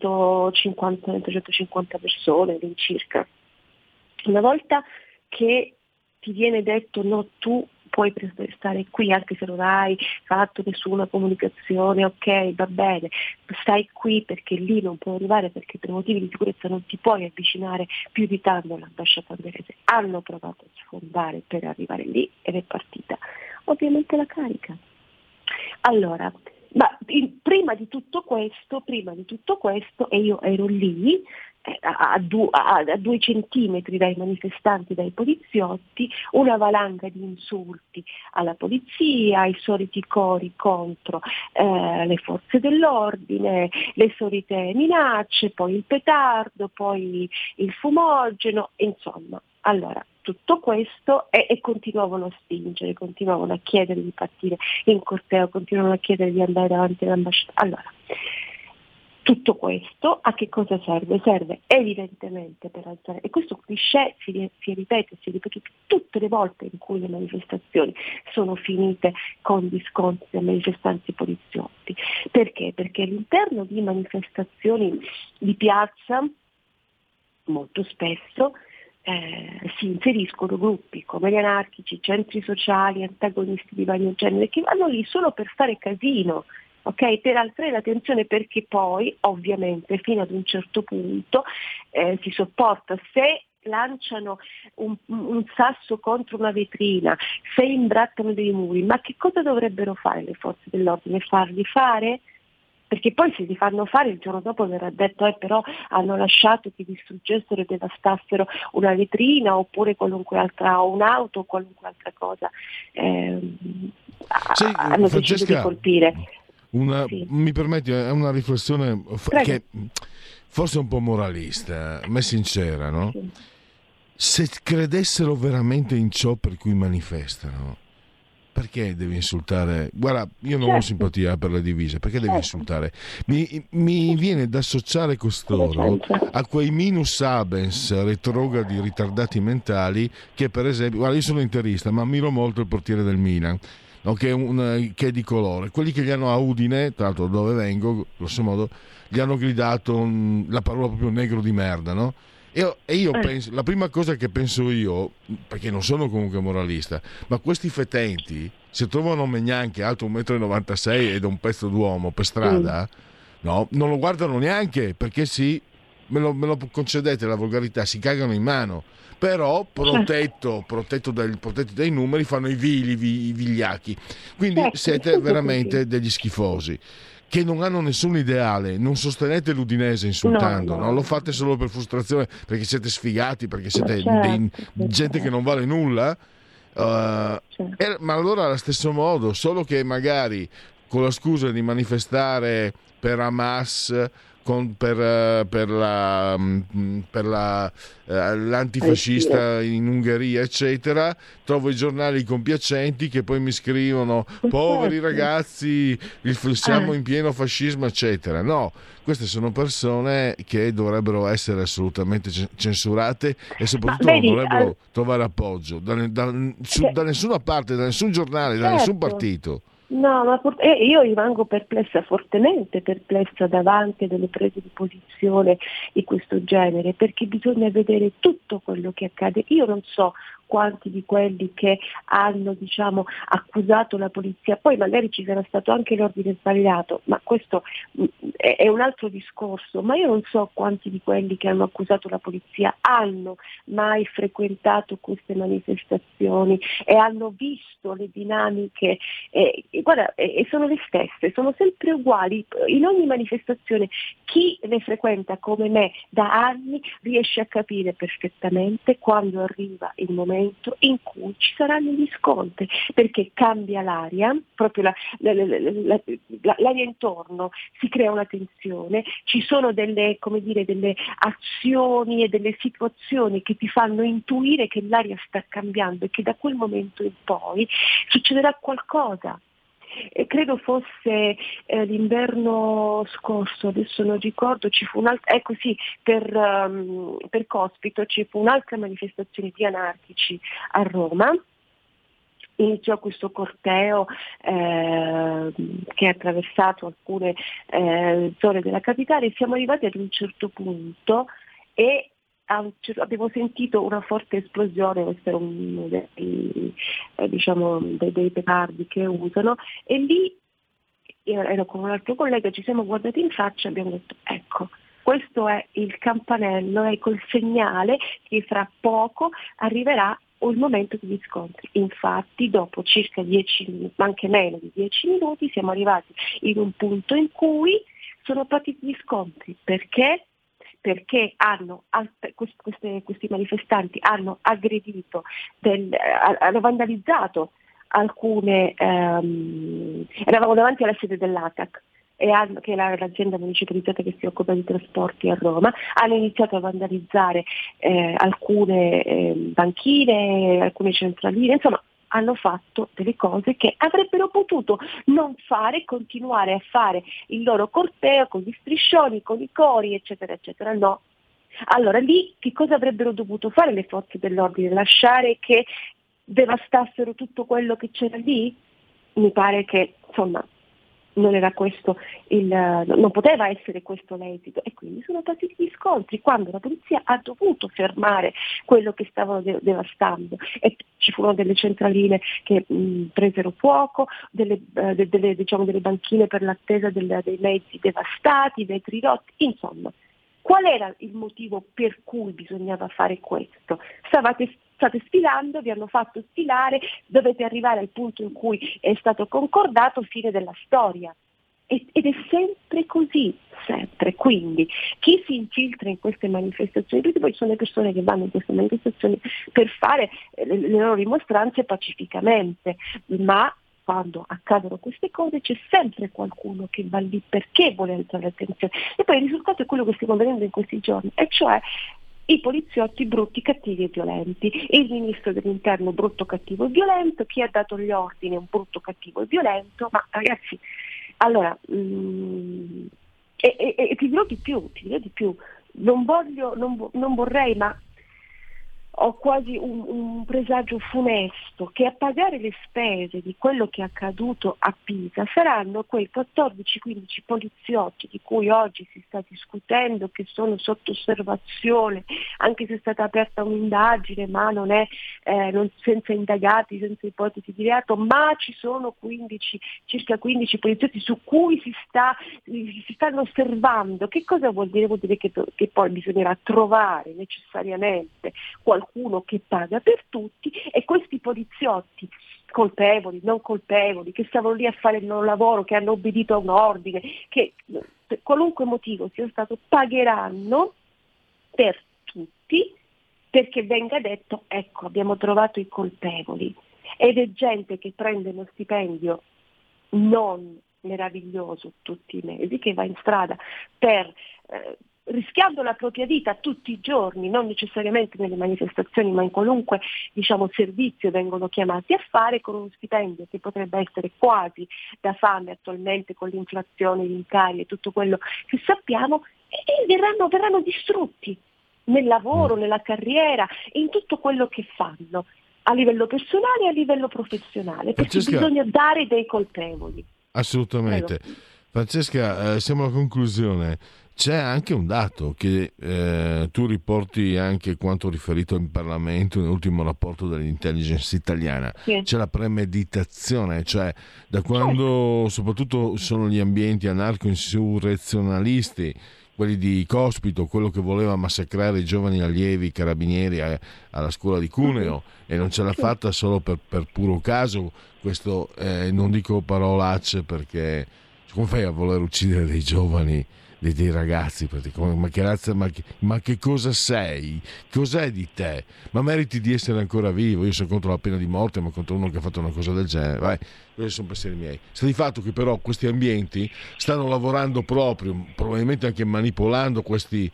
150 persone all'incirca, una volta che ti viene detto no, tu puoi stare qui anche se non hai fatto nessuna comunicazione, ok, va bene, stai qui perché lì non puoi arrivare perché per motivi di sicurezza non ti puoi avvicinare più di tanto all'ambasciata ungherese. Hanno provato a sfondare per arrivare lì ed è partita ovviamente la carica. Allora, prima di tutto questo, e io ero lì, a 2 centimetri dai manifestanti, dai poliziotti, una valanga di insulti alla polizia, i soliti cori contro le forze dell'ordine, le solite minacce, poi il petardo, poi il fumogeno, insomma. Allora, tutto questo e continuavano a spingere, continuavano a chiedere di partire in corteo, continuavano a chiedere di andare davanti all'ambasciata. Allora, tutto questo a che cosa serve? Serve evidentemente per alzare, e questo cliché si ripete tutte le volte in cui le manifestazioni sono finite con discontri tra manifestanti e poliziotti. Perché? Perché all'interno di manifestazioni di piazza molto spesso si inseriscono gruppi come gli anarchici, centri sociali, antagonisti di vario genere, che vanno lì solo per fare casino, ok? Per attrarre l'attenzione, perché poi ovviamente fino ad un certo punto si sopporta. Se lanciano un sasso contro una vetrina, se imbrattano dei muri, ma che cosa dovrebbero fare le forze dell'ordine? Farli fare? Perché poi se li fanno fare il giorno dopo verrà detto però hanno lasciato che distruggessero e devastassero una vetrina oppure qualunque altra, o un'auto o qualunque altra cosa hanno deciso di colpire. Sì. Mi permetti, è una riflessione che forse è un po' moralista, ma è sincera, no? Sì. Se credessero veramente in ciò per cui manifestano, perché devi insultare? Guarda, io non ho simpatia per le divise, perché devi insultare? Mi viene da associare costoro a quei minus abens retrogradi ritardati mentali che, per esempio, guarda, io sono interista, ma ammiro molto il portiere del Milan, no? che è di colore. Quelli che gli hanno a Udine, tra l'altro dove vengo, grosso modo, gli hanno gridato la parola proprio negro di merda, no? E io penso, la prima cosa che penso io, perché non sono comunque moralista, ma questi fetenti, se trovano Maignan alto 1,96 m ed un pezzo d'uomo per strada, no, non lo guardano neanche, perché me lo concedete la volgarità, si cagano in mano. Però protetti dai numeri, fanno i vigliacchi. Quindi siete veramente degli schifosi che non hanno nessun ideale. Non sostenete l'Udinese insultando, no? Lo fate solo per frustrazione, perché siete sfigati, perché siete gente che non vale nulla. Ma allora allo stesso modo, solo che magari con la scusa di manifestare per Hamas, per l'antifascista in Ungheria, eccetera, trovo i giornali compiacenti che poi mi scrivono poveri ragazzi, siamo in pieno fascismo, eccetera. No, queste sono persone che dovrebbero essere assolutamente censurate e soprattutto non dovrebbero trovare appoggio da nessuna parte, da nessun giornale, da nessun partito. No, ma io rimango perplessa, fortemente perplessa davanti a delle prese di posizione di questo genere, perché bisogna vedere tutto quello che accade. Io non so quanti di quelli che hanno, accusato la polizia, poi magari ci sarà stato anche l'ordine sbagliato, ma questo è un altro discorso, ma io non so quanti di quelli che hanno accusato la polizia hanno mai frequentato queste manifestazioni e hanno visto le dinamiche, guarda, sono le stesse, sono sempre uguali, in ogni manifestazione chi le frequenta come me da anni riesce a capire perfettamente quando arriva il momento in cui ci saranno gli scontri, perché cambia l'aria, proprio l'aria intorno, si crea una tensione, ci sono delle azioni e delle situazioni che ti fanno intuire che l'aria sta cambiando e che da quel momento in poi succederà qualcosa. Credo fosse l'inverno scorso, adesso non ricordo, ci fu per Cospito ci fu un'altra manifestazione di anarchici a Roma. Iniziò questo corteo che ha attraversato alcune zone della capitale, siamo arrivati ad un certo punto e abbiamo sentito una forte esplosione, questo era uno dei petardi che usano, e lì ero con un altro collega, ci siamo guardati in faccia e abbiamo detto ecco, questo è il campanello, ecco il segnale che fra poco arriverà il momento degli scontri. Infatti dopo circa 10 minuti, ma anche meno di 10 minuti, siamo arrivati in un punto in cui sono partiti gli scontri. Perché questi manifestanti hanno aggredito, hanno vandalizzato alcune, eravamo davanti alla sede dell'ATAC, che è l'azienda municipalizzata che si occupa di trasporti a Roma, hanno iniziato a vandalizzare alcune banchine, alcune centraline, insomma hanno fatto delle cose che avrebbero potuto non fare, continuare a fare il loro corteo con gli striscioni, con i cori, eccetera, eccetera. No. Allora lì che cosa avrebbero dovuto fare le forze dell'ordine? Lasciare che devastassero tutto quello che c'era lì? Mi pare che, insomma, non era questo non poteva essere questo l'esito, e quindi sono partiti gli scontri quando la polizia ha dovuto fermare quello che stavano devastando, e ci furono delle centraline che presero fuoco, delle banchine per l'attesa dei mezzi devastati, vetri rotti, insomma. Qual era il motivo per cui bisognava fare questo? State sfilando, vi hanno fatto sfilare, dovete arrivare al punto in cui è stato concordato, fine della storia. Ed è sempre così, sempre. Quindi chi si infiltra in queste manifestazioni, perché poi sono le persone che vanno in queste manifestazioni per fare le loro dimostranze pacificamente, ma quando accadono queste cose c'è sempre qualcuno che va lì perché vuole alzare l'attenzione. E poi il risultato è quello che stiamo vedendo in questi giorni, e cioè i poliziotti brutti, cattivi e violenti, il ministro dell'interno brutto, cattivo e violento, chi ha dato gli ordini è un brutto, cattivo e violento, ma ragazzi, allora, e ti dirò di più, non vorrei, ma ho quasi un presagio funesto che a pagare le spese di quello che è accaduto a Pisa saranno quei 14-15 poliziotti di cui oggi si sta discutendo, che sono sotto osservazione, anche se è stata aperta un'indagine, ma non è senza indagati, senza ipotesi di reato, ma ci sono circa 15 poliziotti su cui si stanno osservando. Che cosa vuol dire? Vuol dire che poi bisognerà trovare necessariamente qualcuno che paga per tutti, e questi poliziotti colpevoli, non colpevoli, che stavano lì a fare il loro lavoro, che hanno obbedito a un ordine, che per qualunque motivo sia stato, pagheranno per tutti, perché venga detto ecco, abbiamo trovato i colpevoli. Ed è gente che prende uno stipendio non meraviglioso tutti i mesi, che va in strada per rischiando la propria vita tutti i giorni, non necessariamente nelle manifestazioni, ma in qualunque servizio vengono chiamati a fare, con uno stipendio che potrebbe essere quasi da fame attualmente, con l'inflazione, gli incari e tutto quello che sappiamo, e verranno distrutti nel lavoro, nella carriera e in tutto quello che fanno. a livello personale e a livello professionale, perché bisogna dare dei colpevoli. Assolutamente. Prego. Francesca, siamo alla conclusione. C'è anche un dato che tu riporti anche quanto riferito in Parlamento nell'ultimo rapporto dell'intelligence italiana. Sì. C'è la premeditazione, cioè da quando soprattutto sono gli ambienti anarco-insurrezionalisti, quelli di Cospito, quello che voleva massacrare i giovani allievi carabinieri alla scuola di Cuneo, e non ce l'ha fatta solo per puro caso. Questo non dico parolacce, perché come fai a voler uccidere dei giovani, dei ragazzi? Ma che razza, ma che cosa sei? Cos'è di te? Ma meriti di essere ancora vivo? Io sono contro la pena di morte, ma contro uno che ha fatto una cosa del genere. Vai, questi sono pensieri miei. Sta di fatto che però questi ambienti stanno lavorando proprio, probabilmente anche manipolando questi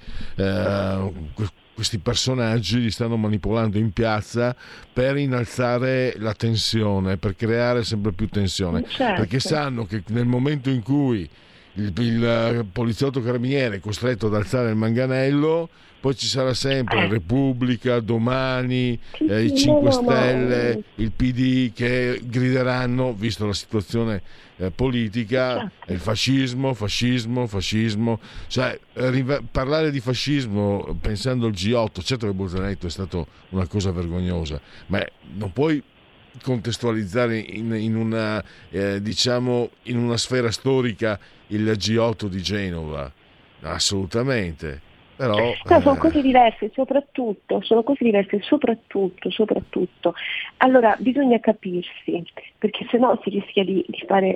personaggi, li stanno manipolando in piazza per innalzare la tensione, per creare sempre più tensione, certo. Perché sanno che nel momento in cui il poliziotto carabiniere è costretto ad alzare il manganello, poi ci sarà sempre Repubblica, Domani, i 5 Stelle, il PD che grideranno, visto la situazione politica, il fascismo. Cioè, parlare di fascismo pensando al G8, certo che Bolzaneto è stato una cosa vergognosa, ma non puoi contestualizzare in una in una sfera storica il G8 di Genova, assolutamente. Però sono cose diverse, soprattutto. Allora bisogna capirsi, perché sennò si rischia di fare,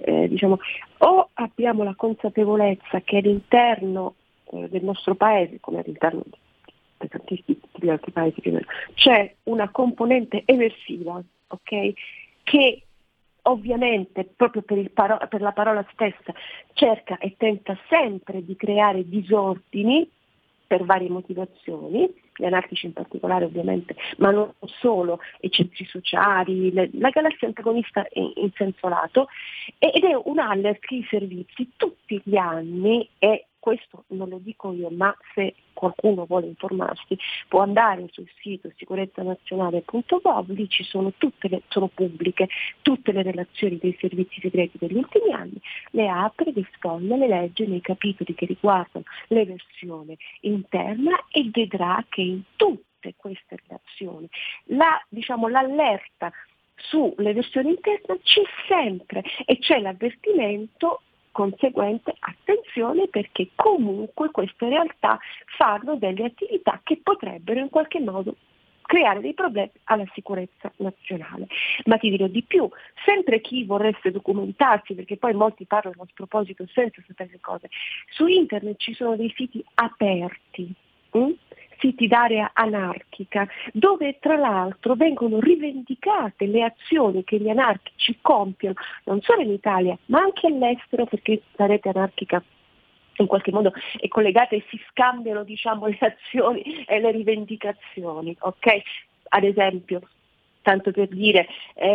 o abbiamo la consapevolezza che all'interno del nostro paese, come all'interno di tantissimi altri paesi, c'è una componente eversiva, ok? Che ovviamente proprio per la parola stessa cerca e tenta sempre di creare disordini per varie motivazioni, gli anarchici in particolare ovviamente, ma non solo, i centri sociali, la galassia antagonista in senso lato, ed è un aller che i servizi tutti gli anni, e questo non lo dico io, ma se qualcuno vuole informarsi può andare sul sito sicurezzanazionale.gov, lì ci sono sono pubbliche tutte le relazioni dei servizi segreti degli ultimi anni, le apre, le sfoglia, le legge nei capitoli che riguardano l'eversione interna, e vedrà che in tutte queste relazioni l'allerta sull'eversione interna c'è sempre, e c'è l'avvertimento conseguente: attenzione, perché comunque queste realtà fanno delle attività che potrebbero in qualche modo creare dei problemi alla sicurezza nazionale. Ma ti dirò di più, sempre chi vorresse documentarsi, perché poi molti parlano a sproposito senza sapere le cose, su internet ci sono dei siti aperti, siti d'area anarchica, dove tra l'altro vengono rivendicate le azioni che gli anarchici compiono, non solo in Italia, ma anche all'estero, perché la rete anarchica in qualche modo è collegata e si scambiano, le azioni e le rivendicazioni, ok? Ad esempio, tanto per dire,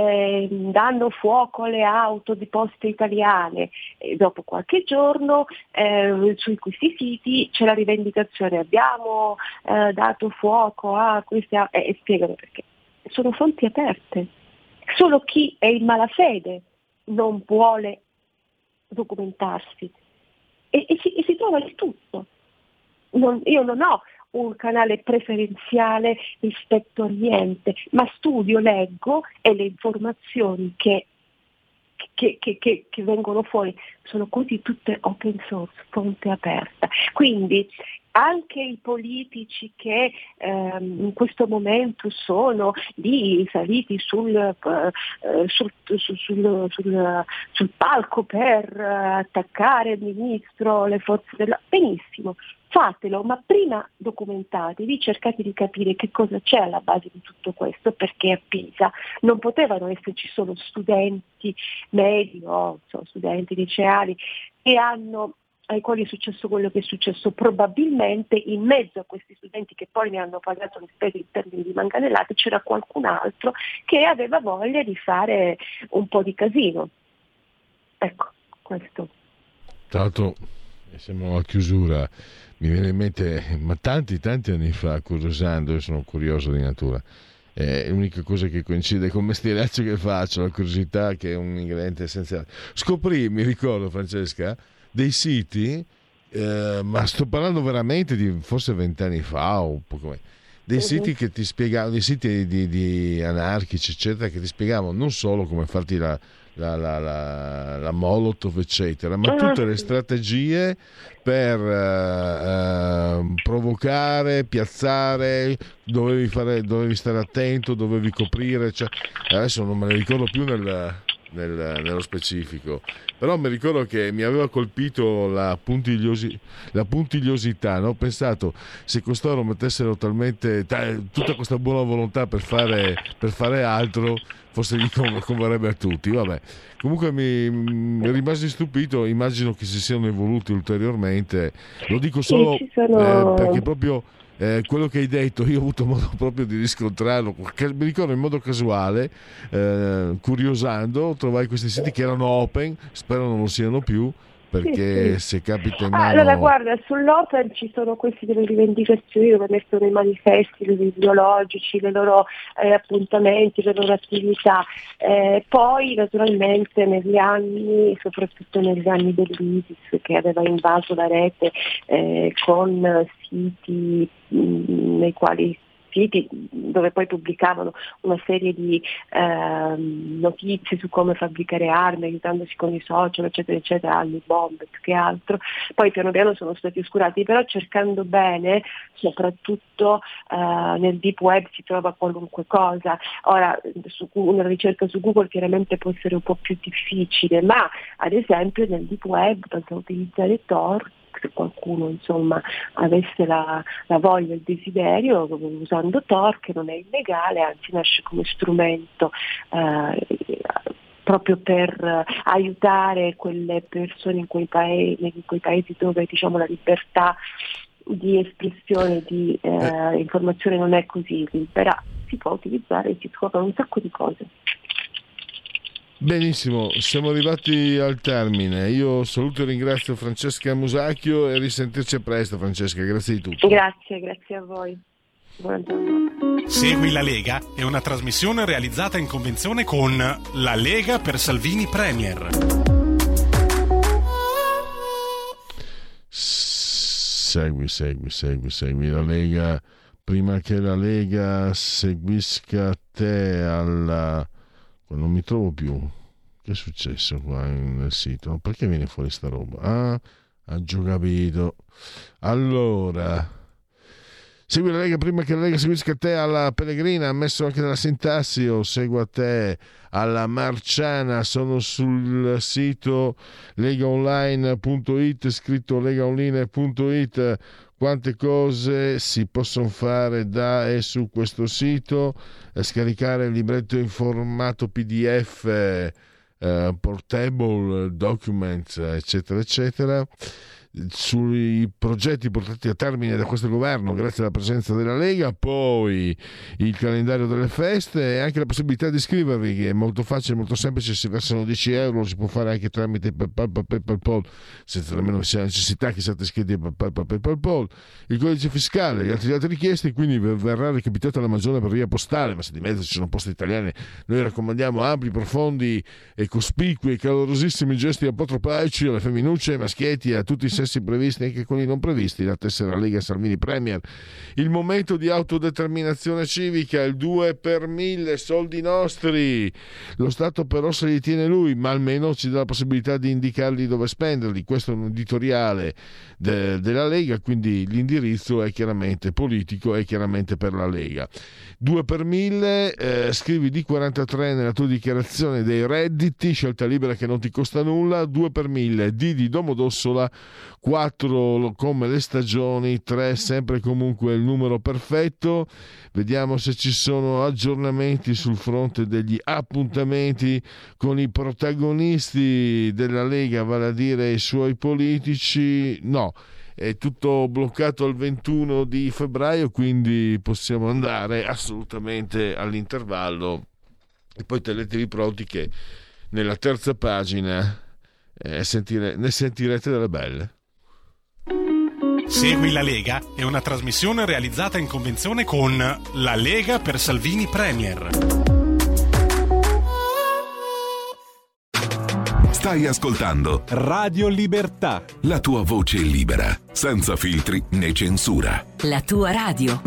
danno fuoco alle auto di Poste Italiane, dopo qualche giorno su questi siti c'è la rivendicazione: abbiamo dato fuoco a queste e spiegano perché. Sono fonti aperte, solo chi è in malafede non vuole documentarsi, e si trova di tutto. Io non ho un canale preferenziale rispetto a niente, ma studio, leggo, e le informazioni che vengono fuori sono quasi tutte open source, fonte aperta. Quindi anche i politici che in questo momento sono lì saliti sul palco per attaccare il ministro, le forze benissimo, fatelo, ma prima documentatevi, cercate di capire che cosa c'è alla base di tutto questo, perché a Pisa non potevano esserci solo studenti medi o studenti liceali ai quali è successo quello che è successo. Probabilmente in mezzo a questi studenti, che poi ne hanno pagato le spese in termini di manganellate, c'era qualcun altro che aveva voglia di fare un po' di casino. Ecco, questo. Tra l'altro, siamo a chiusura, mi viene in mente, ma tanti anni fa, curiosando, io sono curioso di natura, è l'unica cosa che coincide con il mestieraccio che faccio, la curiosità, che è un ingrediente essenziale. Scoprì, mi ricordo, Francesca, dei siti, ma sto parlando veramente di forse 20 anni fa o poco meno, dei siti che ti spiegavano, dei siti di anarchici eccetera, che ti spiegavano non solo come farti la Molotov eccetera, ma tutte le strategie per provocare, piazzare, dovevi stare attento, dovevi coprire, cioè, adesso non me ne ricordo più nello specifico, però mi ricordo che mi aveva colpito la puntigliosità, no? Ho pensato, se costoro mettessero talmente tutta questa buona volontà per fare altro, forse gli converrebbe a tutti. Vabbè, comunque mi rimasi stupito, immagino che si siano evoluti ulteriormente, lo dico solo perché proprio quello che hai detto io ho avuto modo proprio di riscontrarlo, mi ricordo in modo casuale, curiosando, trovai questi siti che erano open, spero non lo siano più, perché se capita in mano... Allora guarda, sull'Open ci sono queste delle rivendicazioni dove mettono i manifesti, i ideologici, le loro appuntamenti, le loro attività, poi naturalmente negli anni, soprattutto negli anni dell'ISIS che aveva invaso la rete con siti nei quali dove poi pubblicavano una serie di notizie su come fabbricare armi, aiutandosi con i social, eccetera, eccetera, alle bombe più che altro. Poi piano piano sono stati oscurati, però cercando bene, soprattutto nel deep web si trova qualunque cosa. Ora, una ricerca su Google chiaramente può essere un po' più difficile, ma ad esempio nel deep web basta utilizzare Tor, se qualcuno insomma avesse la voglia, il desiderio, usando Tor, che non è illegale, anzi nasce come strumento proprio per aiutare quelle persone in quei paesi dove diciamo la libertà di espressione, di informazione non è così libera. Si può utilizzare e si scoprono un sacco di cose. Benissimo, siamo arrivati al termine. Io saluto e ringrazio Francesca Musacchio e risentirci a presto. Francesca, grazie di tutto. Grazie a voi. Buongiorno. Segui la Lega è una trasmissione realizzata in convenzione con La Lega per Salvini Premier. Segui la Lega prima che la Lega seguisca te alla... Non mi trovo più. Che è successo qua nel sito? Perché viene fuori sta roba? Ha già capito. Allora, segui la Lega prima che la Lega seguisca te alla Pellegrina, ammesso anche nella sintassi, o segua te alla Marciana. Sono sul sito legaonline.it, scritto legaonline.it. Quante cose si possono fare da e su questo sito, scaricare il libretto in formato PDF, portable documents, eccetera eccetera, sui progetti portati a termine da questo governo grazie alla presenza della Lega, poi il calendario delle feste e anche la possibilità di iscrivervi, che è molto facile, molto semplice, si versano 10 euro, si può fare anche tramite PayPal, senza nemmeno sia necessità che siate iscritti a PayPal, il codice fiscale, gli altri dati richiesti, quindi verrà recapitata la maggiore per via postale, ma se di mezzo ci sono poste italiane, noi raccomandiamo ampli, profondi e cospicui e calorosissimi gesti apotropaici alle femminucce, ai maschietti, a tutti i sessi previsti, anche quelli non previsti, la tessera Lega Salvini Premier. Il momento di autodeterminazione civica, il 2 per 1000, soldi nostri, lo Stato però se li tiene lui, ma almeno ci dà la possibilità di indicarli dove spenderli. Questo è un editoriale della Lega, quindi l'indirizzo è chiaramente politico, è chiaramente per la Lega. 2 per 1000, scrivi D43 nella tua dichiarazione dei redditi, scelta libera che non ti costa nulla. 2 per 1000, D di Domodossola, 4 come le stagioni, 3 sempre comunque il numero perfetto. Vediamo se ci sono aggiornamenti sul fronte degli appuntamenti con i protagonisti della Lega, vale a dire i suoi politici. No, è tutto bloccato al 21 di febbraio, quindi possiamo andare assolutamente all'intervallo e poi tenetevi pronti che nella terza pagina ne sentirete delle belle. Segui la Lega è una trasmissione realizzata in convenzione con La Lega per Salvini Premier. Stai ascoltando Radio Libertà. la tua voce libera, senza filtri né censura. La tua radio.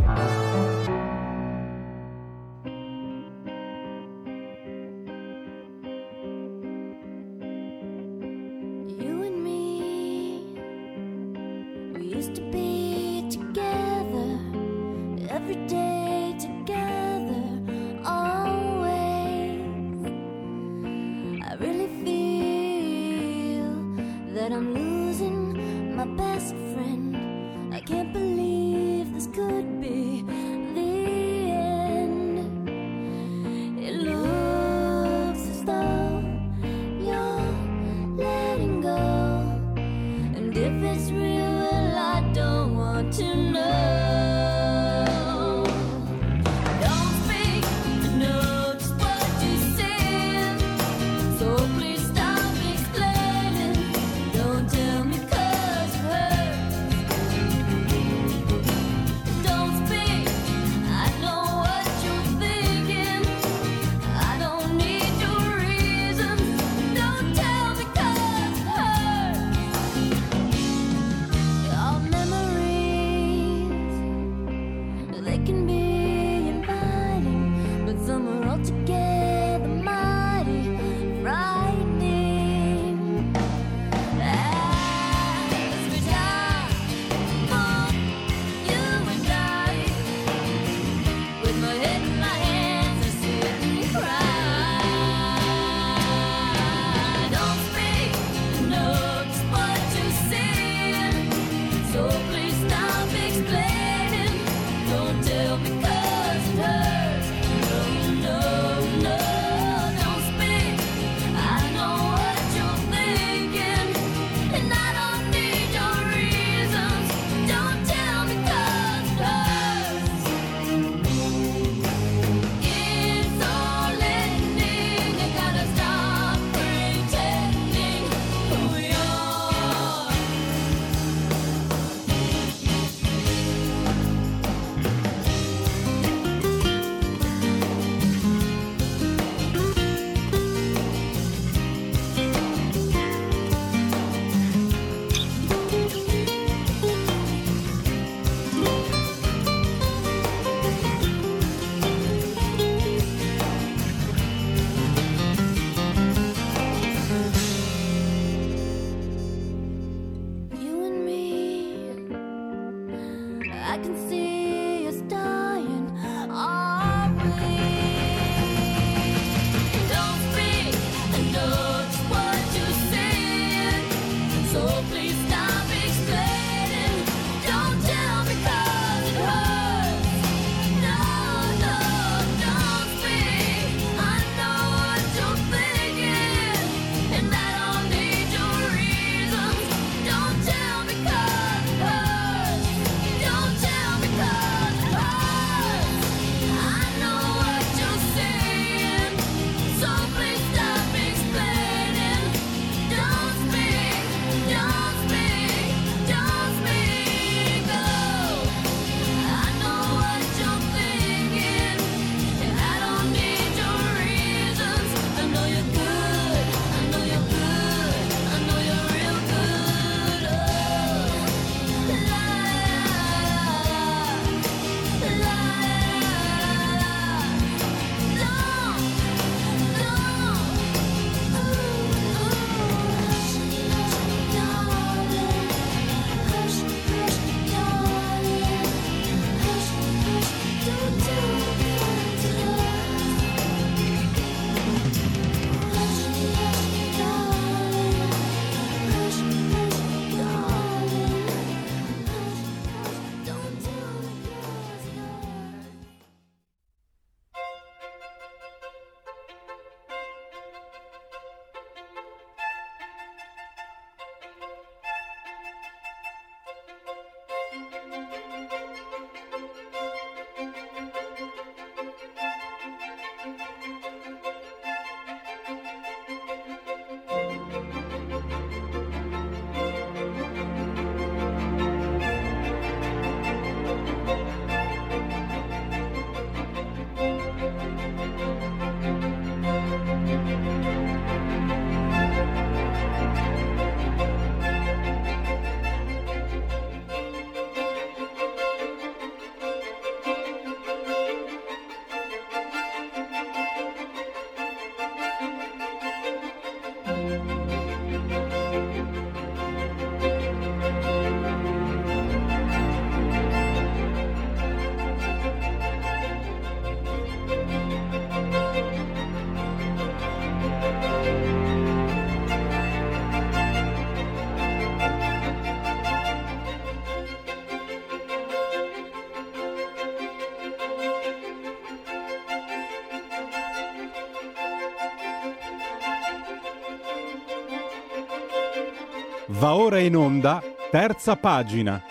Va ora in onda, terza pagina.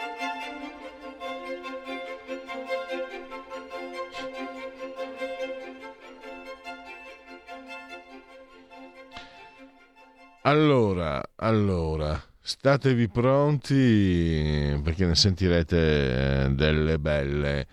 Allora, statevi pronti perché ne sentirete delle belle,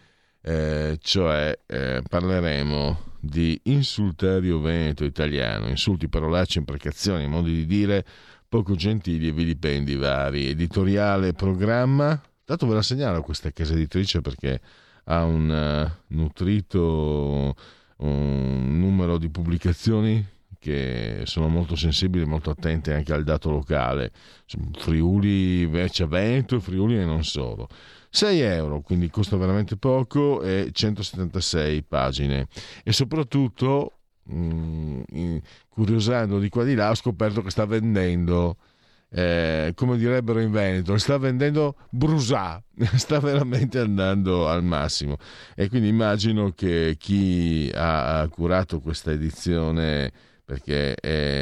parleremo di insulterio veneto italiano, insulti, parolacce, imprecazioni, modi di dire poco gentili e vilipendi vari. Editoriale programma, tanto ve la segnalo questa casa editrice perché ha un nutrito un numero di pubblicazioni che sono molto sensibili, molto attente anche al dato locale. Friuli, c'è Veneto e Friuli e non solo. 6 euro, quindi costa veramente poco, e 176 pagine. E soprattutto, curiosando di qua di là, ho scoperto che sta vendendo, come direbbero in Veneto, sta vendendo brusà, sta veramente andando al massimo. E quindi immagino che chi ha curato questa edizione, perché è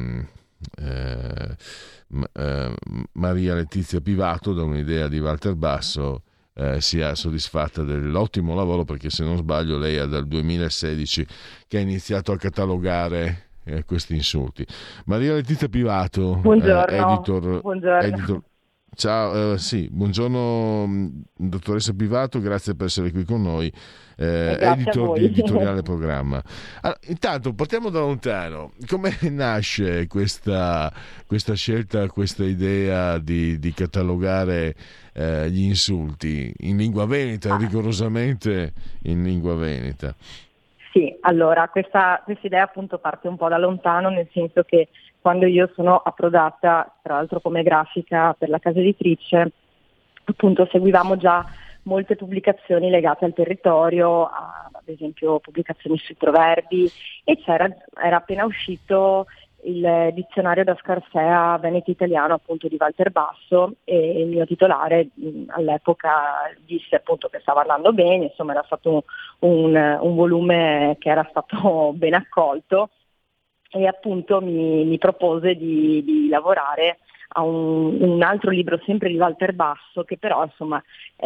Maria Letizia Pivato, da un'idea di Walter Basso, sia soddisfatta dell'ottimo lavoro, perché se non sbaglio lei è dal 2016 che ha iniziato a catalogare questi insulti. Maria Letizia Pivato, buongiorno. editor. Ciao, sì, buongiorno dottoressa Pivato, grazie per essere qui con noi, editor di Editoriale Programma. Allora, intanto partiamo da lontano. Come nasce questa scelta, questa idea di catalogare gli insulti in lingua veneta, rigorosamente in lingua veneta? Sì, allora questa idea appunto parte un po' da lontano, nel senso che quando io sono approdata, tra l'altro come grafica per la casa editrice, appunto seguivamo già molte pubblicazioni legate al territorio, ad esempio pubblicazioni sui proverbi, e era appena uscito il dizionario da Scarsea Veneto Italiano appunto di Walter Basso, e il mio titolare all'epoca disse appunto che stava andando bene, insomma era stato un volume che era stato ben accolto, e appunto mi propose di lavorare a un altro libro sempre di Walter Basso, che però insomma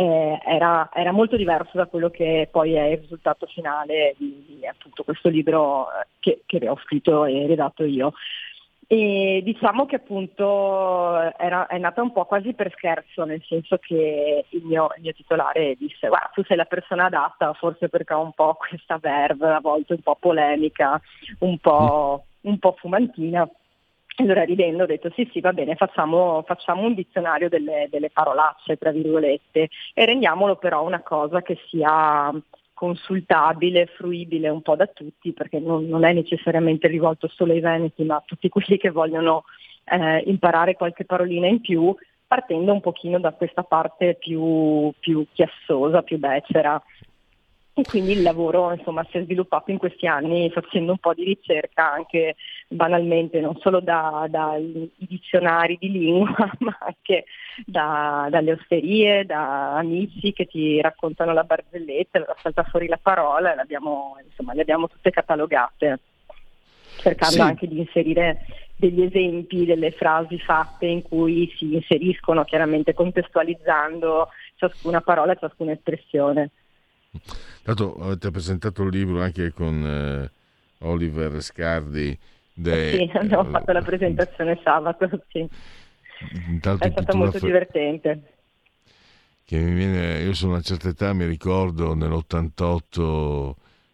era molto diverso da quello che poi è il risultato finale di appunto questo libro che ho scritto e redatto io. E diciamo che appunto è nata un po' quasi per scherzo, nel senso che il mio titolare disse: guarda, tu sei la persona adatta, forse perché ho un po' questa verve, a volte un po' polemica, un po' fumantina. Allora, ridendo, ho detto sì, va bene, facciamo un dizionario delle parolacce, tra virgolette, e rendiamolo però una cosa che sia consultabile, fruibile un po' da tutti, perché non è necessariamente rivolto solo ai veneti, ma a tutti quelli che vogliono imparare qualche parolina in più, partendo un pochino da questa parte più chiassosa, più becera. E quindi il lavoro insomma si è sviluppato in questi anni facendo un po' di ricerca anche banalmente, non solo dai dizionari di lingua, ma anche dalle osterie, da amici che ti raccontano la barzelletta, allora salta fuori la parola, le abbiamo tutte catalogate, cercando anche di inserire degli esempi, delle frasi fatte in cui si inseriscono, chiaramente contestualizzando ciascuna parola e ciascuna espressione. Tanto avete presentato il libro anche con Oliver Scardi. Sì, abbiamo fatto la presentazione sabato, sì. È stato molto divertente. Che io sono a una certa età, mi ricordo nell'88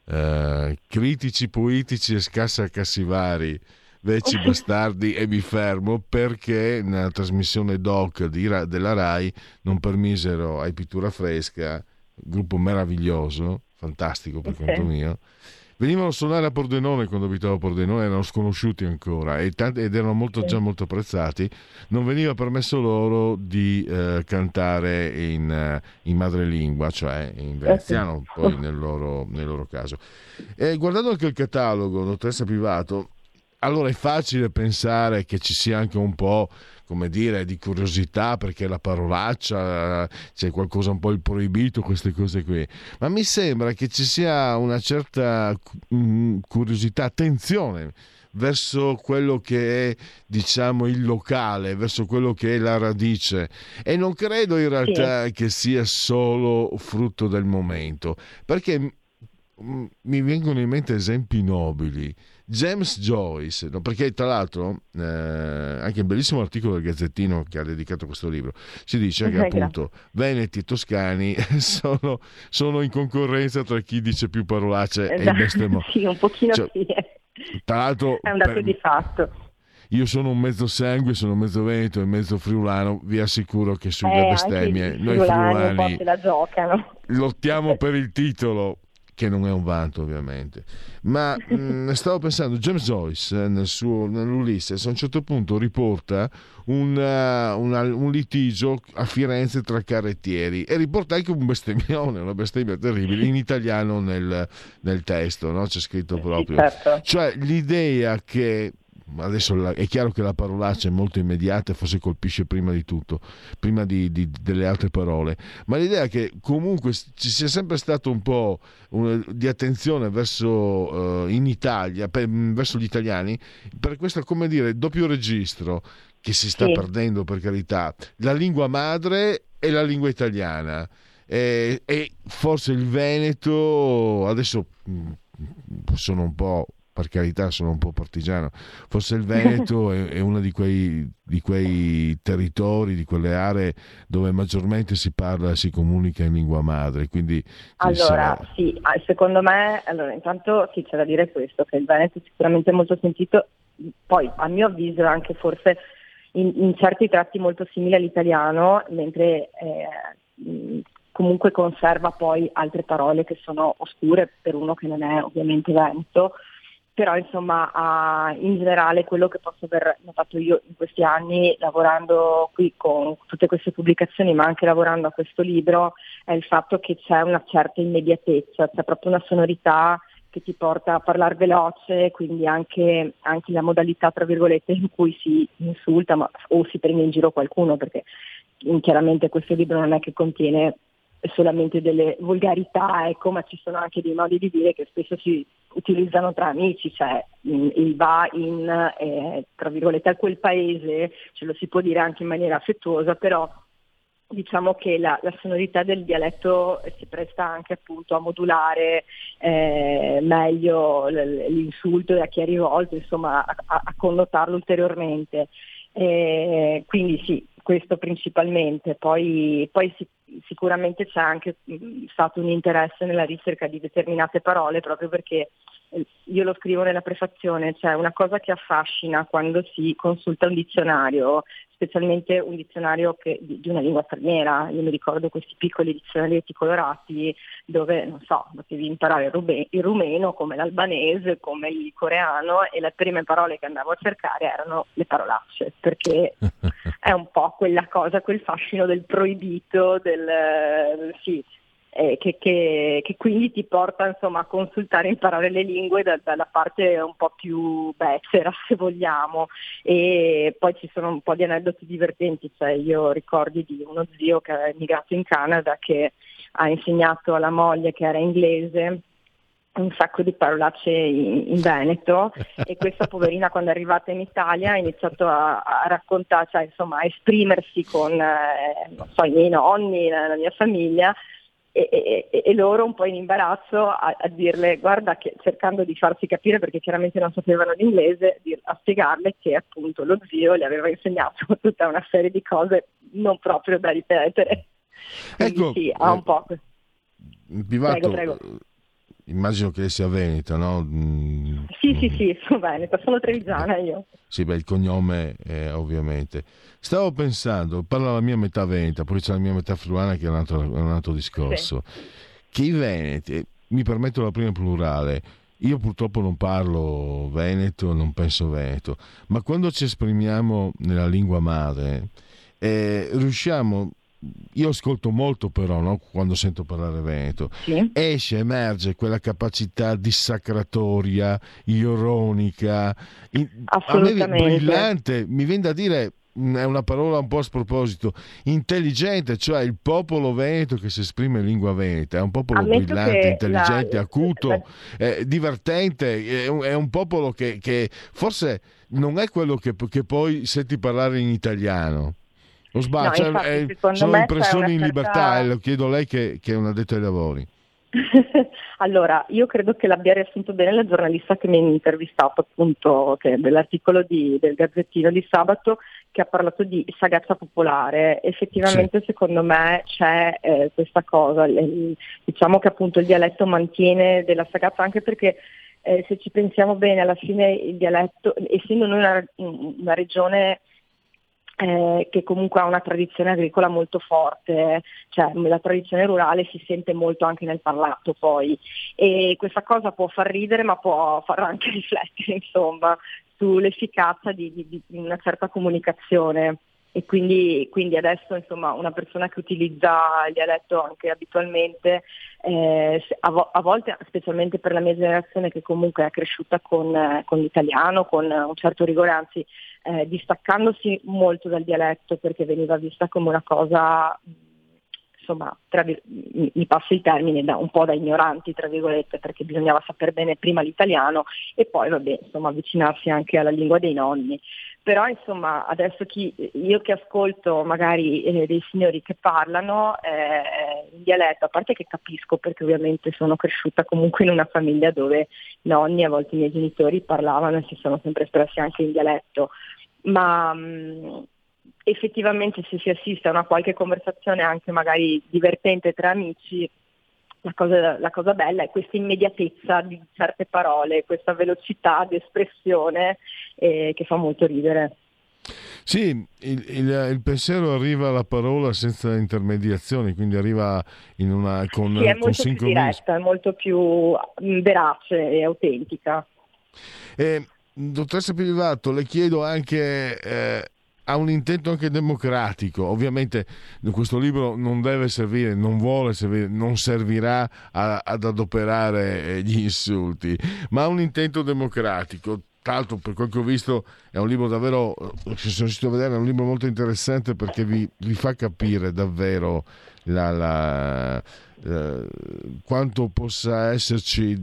critici poetici e scassa Cassivari, vecchi bastardi, e mi fermo perché nella trasmissione doc della Rai non permisero ai Pittura Fresca, gruppo meraviglioso, fantastico per conto mio, venivano a suonare a Pordenone quando abitavo a Pordenone, erano sconosciuti ancora ed erano già molto apprezzati. Non veniva permesso loro di cantare in madrelingua, cioè in veneziano, poi nel loro caso. E guardando anche il catalogo, dottoressa Pivato, allora è facile pensare che ci sia anche un po', come dire, di curiosità, perché la parolaccia, c'è qualcosa un po' il proibito, queste cose qui, ma mi sembra che ci sia una certa curiosità, attenzione verso quello che è, diciamo, il locale, verso quello che è la radice, e non credo in realtà che sia solo frutto del momento, perché mi vengono in mente esempi nobili. James Joyce, no? Perché tra l'altro anche un bellissimo articolo del Gazzettino che ha dedicato a questo libro, si dice che appunto Veneti e Toscani sono in concorrenza tra chi dice più parolacce e bestemmia. Sì, un pochino sì. Tra l'altro è un dato di fatto. Io sono un mezzo sangue, sono mezzo veneto e mezzo friulano, vi assicuro che sulle bestemmie noi friulani un po' se la giocano. Lottiamo per il titolo, che non è un vanto ovviamente, ma stavo pensando, James Joyce nell'Ulysses a un certo punto riporta un litigio a Firenze tra carrettieri, e riporta anche un bestemmione, una bestemmia terribile in italiano nel testo, no? C'è scritto proprio, certo. Cioè l'idea che adesso è chiaro che la parolaccia è molto immediata e forse colpisce prima di tutto, prima delle altre parole, ma l'idea che comunque ci sia sempre stato un po' di attenzione verso in Italia, verso gli italiani, per questo, come dire, doppio registro che si sta perdendo, per carità, la lingua madre e la lingua italiana, e forse il Veneto, adesso sono un po', per carità, sono un po' partigiano, forse il Veneto è uno di quei territori, di quelle aree dove maggiormente si parla e si comunica in lingua madre, quindi allora sì, secondo me, allora intanto sì, c'è da dire questo, che il Veneto è sicuramente molto sentito, poi a mio avviso è anche forse in certi tratti molto simile all'italiano, mentre comunque conserva poi altre parole che sono oscure per uno che non è ovviamente veneto. Però insomma in generale quello che posso aver notato io in questi anni, lavorando qui con tutte queste pubblicazioni ma anche lavorando a questo libro, è il fatto che c'è una certa immediatezza, c'è proprio una sonorità che ti porta a parlare veloce, quindi anche la modalità tra virgolette in cui si insulta o si prende in giro qualcuno, perché chiaramente questo libro non è che contiene solamente delle volgarità, ecco, ma ci sono anche dei modi di dire che spesso si utilizzano tra amici, cioè il va in tra virgolette a quel paese, ce lo si può dire anche in maniera affettuosa, però diciamo che la sonorità del dialetto si presta anche appunto a modulare meglio l'insulto e a chi è rivolto, insomma a connotarlo ulteriormente. Quindi sì, questo principalmente, poi sicuramente c'è anche stato un interesse nella ricerca di determinate parole, proprio perché io lo scrivo nella prefazione, c'è una cosa che affascina quando si consulta un dizionario, specialmente un dizionario di una lingua straniera. Io mi ricordo questi piccoli dizionarietti colorati dove, non so, potevi imparare il rumeno come l'albanese, come il coreano, e le prime parole che andavo a cercare erano le parolacce, perché è un po' quella cosa, quel fascino del proibito, che quindi ti porta insomma a consultare e imparare le lingue dalla parte un po' più becera, se vogliamo. E poi ci sono un po' di aneddoti divertenti, cioè io ricordi di uno zio che è emigrato in Canada, che ha insegnato alla moglie, che era inglese, un sacco di parolacce in Veneto, e questa poverina, quando è arrivata in Italia, ha iniziato a raccontare, cioè insomma a esprimersi con non so, i miei nonni, la mia famiglia, e loro un po' in imbarazzo a dirle, guarda, che cercando di farsi capire, perché chiaramente non sapevano l'inglese, a spiegarle che appunto lo zio le aveva insegnato tutta una serie di cose non proprio da ripetere. Quindi ecco, sì, ha un po'. Pivato, prego. Immagino che sia veneta, no? Sì, sono veneta, sono trevigiana io. Sì, beh, il cognome ovviamente. Stavo pensando, parlo la mia metà veneta, poi c'è la mia metà friulana, che è un altro discorso. Sì. Che i veneti, mi permetto la prima plurale, io purtroppo non parlo veneto, non penso veneto, ma quando ci esprimiamo nella lingua madre riusciamo io ascolto molto però, no? Quando sento parlare veneto, Sì. emerge quella capacità dissacratoria, ironica, a me Assolutamente. brillante, mi viene da dire, è una parola un po' a sproposito, intelligente, cioè il popolo veneto che si esprime in lingua veneta è un popolo Ammetto brillante, che intelligente, acuto, divertente, è un popolo che forse non è quello che poi senti parlare in italiano. O sbaglio? No, Cioè, infatti, secondo sono me c'è impressioni in una libertà, certa... lo chiedo a lei che è un addetto ai lavori. Allora, io credo che l'abbia riassunto bene la giornalista che mi ha intervistato, appunto, che dell'articolo del Gazzettino di sabato, che ha parlato di sagazza popolare. Effettivamente, Sì. secondo me c'è questa cosa, diciamo che appunto il dialetto mantiene della sagazza, anche perché se ci pensiamo bene, alla fine il dialetto, essendo noi una regione che comunque ha una tradizione agricola molto forte, cioè la tradizione rurale si sente molto anche nel parlato poi, e questa cosa può far ridere ma può far anche riflettere, insomma, sull'efficacia di una certa comunicazione. E quindi adesso, insomma, una persona che utilizza il dialetto anche abitualmente, a volte, specialmente per la mia generazione che comunque è cresciuta con l'italiano, con un certo rigore, anzi distaccandosi molto dal dialetto perché veniva vista come una cosa, insomma, mi passi il termine, un po' da ignoranti, tra virgolette, perché bisognava sapere bene prima l'italiano e poi, vabbè, insomma, avvicinarsi anche alla lingua dei nonni. Però, insomma, adesso io che ascolto magari dei signori che parlano in dialetto, a parte che capisco perché ovviamente sono cresciuta comunque in una famiglia dove i nonni, a volte i miei genitori parlavano e si sono sempre espressi anche in dialetto, ma effettivamente se si assiste a una qualche conversazione anche magari divertente tra amici, la cosa bella è questa immediatezza di certe parole, questa velocità di espressione che fa molto ridere. Sì, il pensiero arriva alla parola senza intermediazioni, quindi arriva con Sì, è molto più sincronismo. diretta, è molto più verace e autentica. Dottoressa Piglivato, le chiedo anche, ha un intento anche democratico. Ovviamente questo libro non deve servire, non vuole servire, non servirà ad adoperare gli insulti, ma ha un intento democratico. Tra l'altro, per quel che ho visto, è un libro davvero, se sono riuscito a vedere, è un libro molto interessante perché vi fa capire davvero quanto possa esserci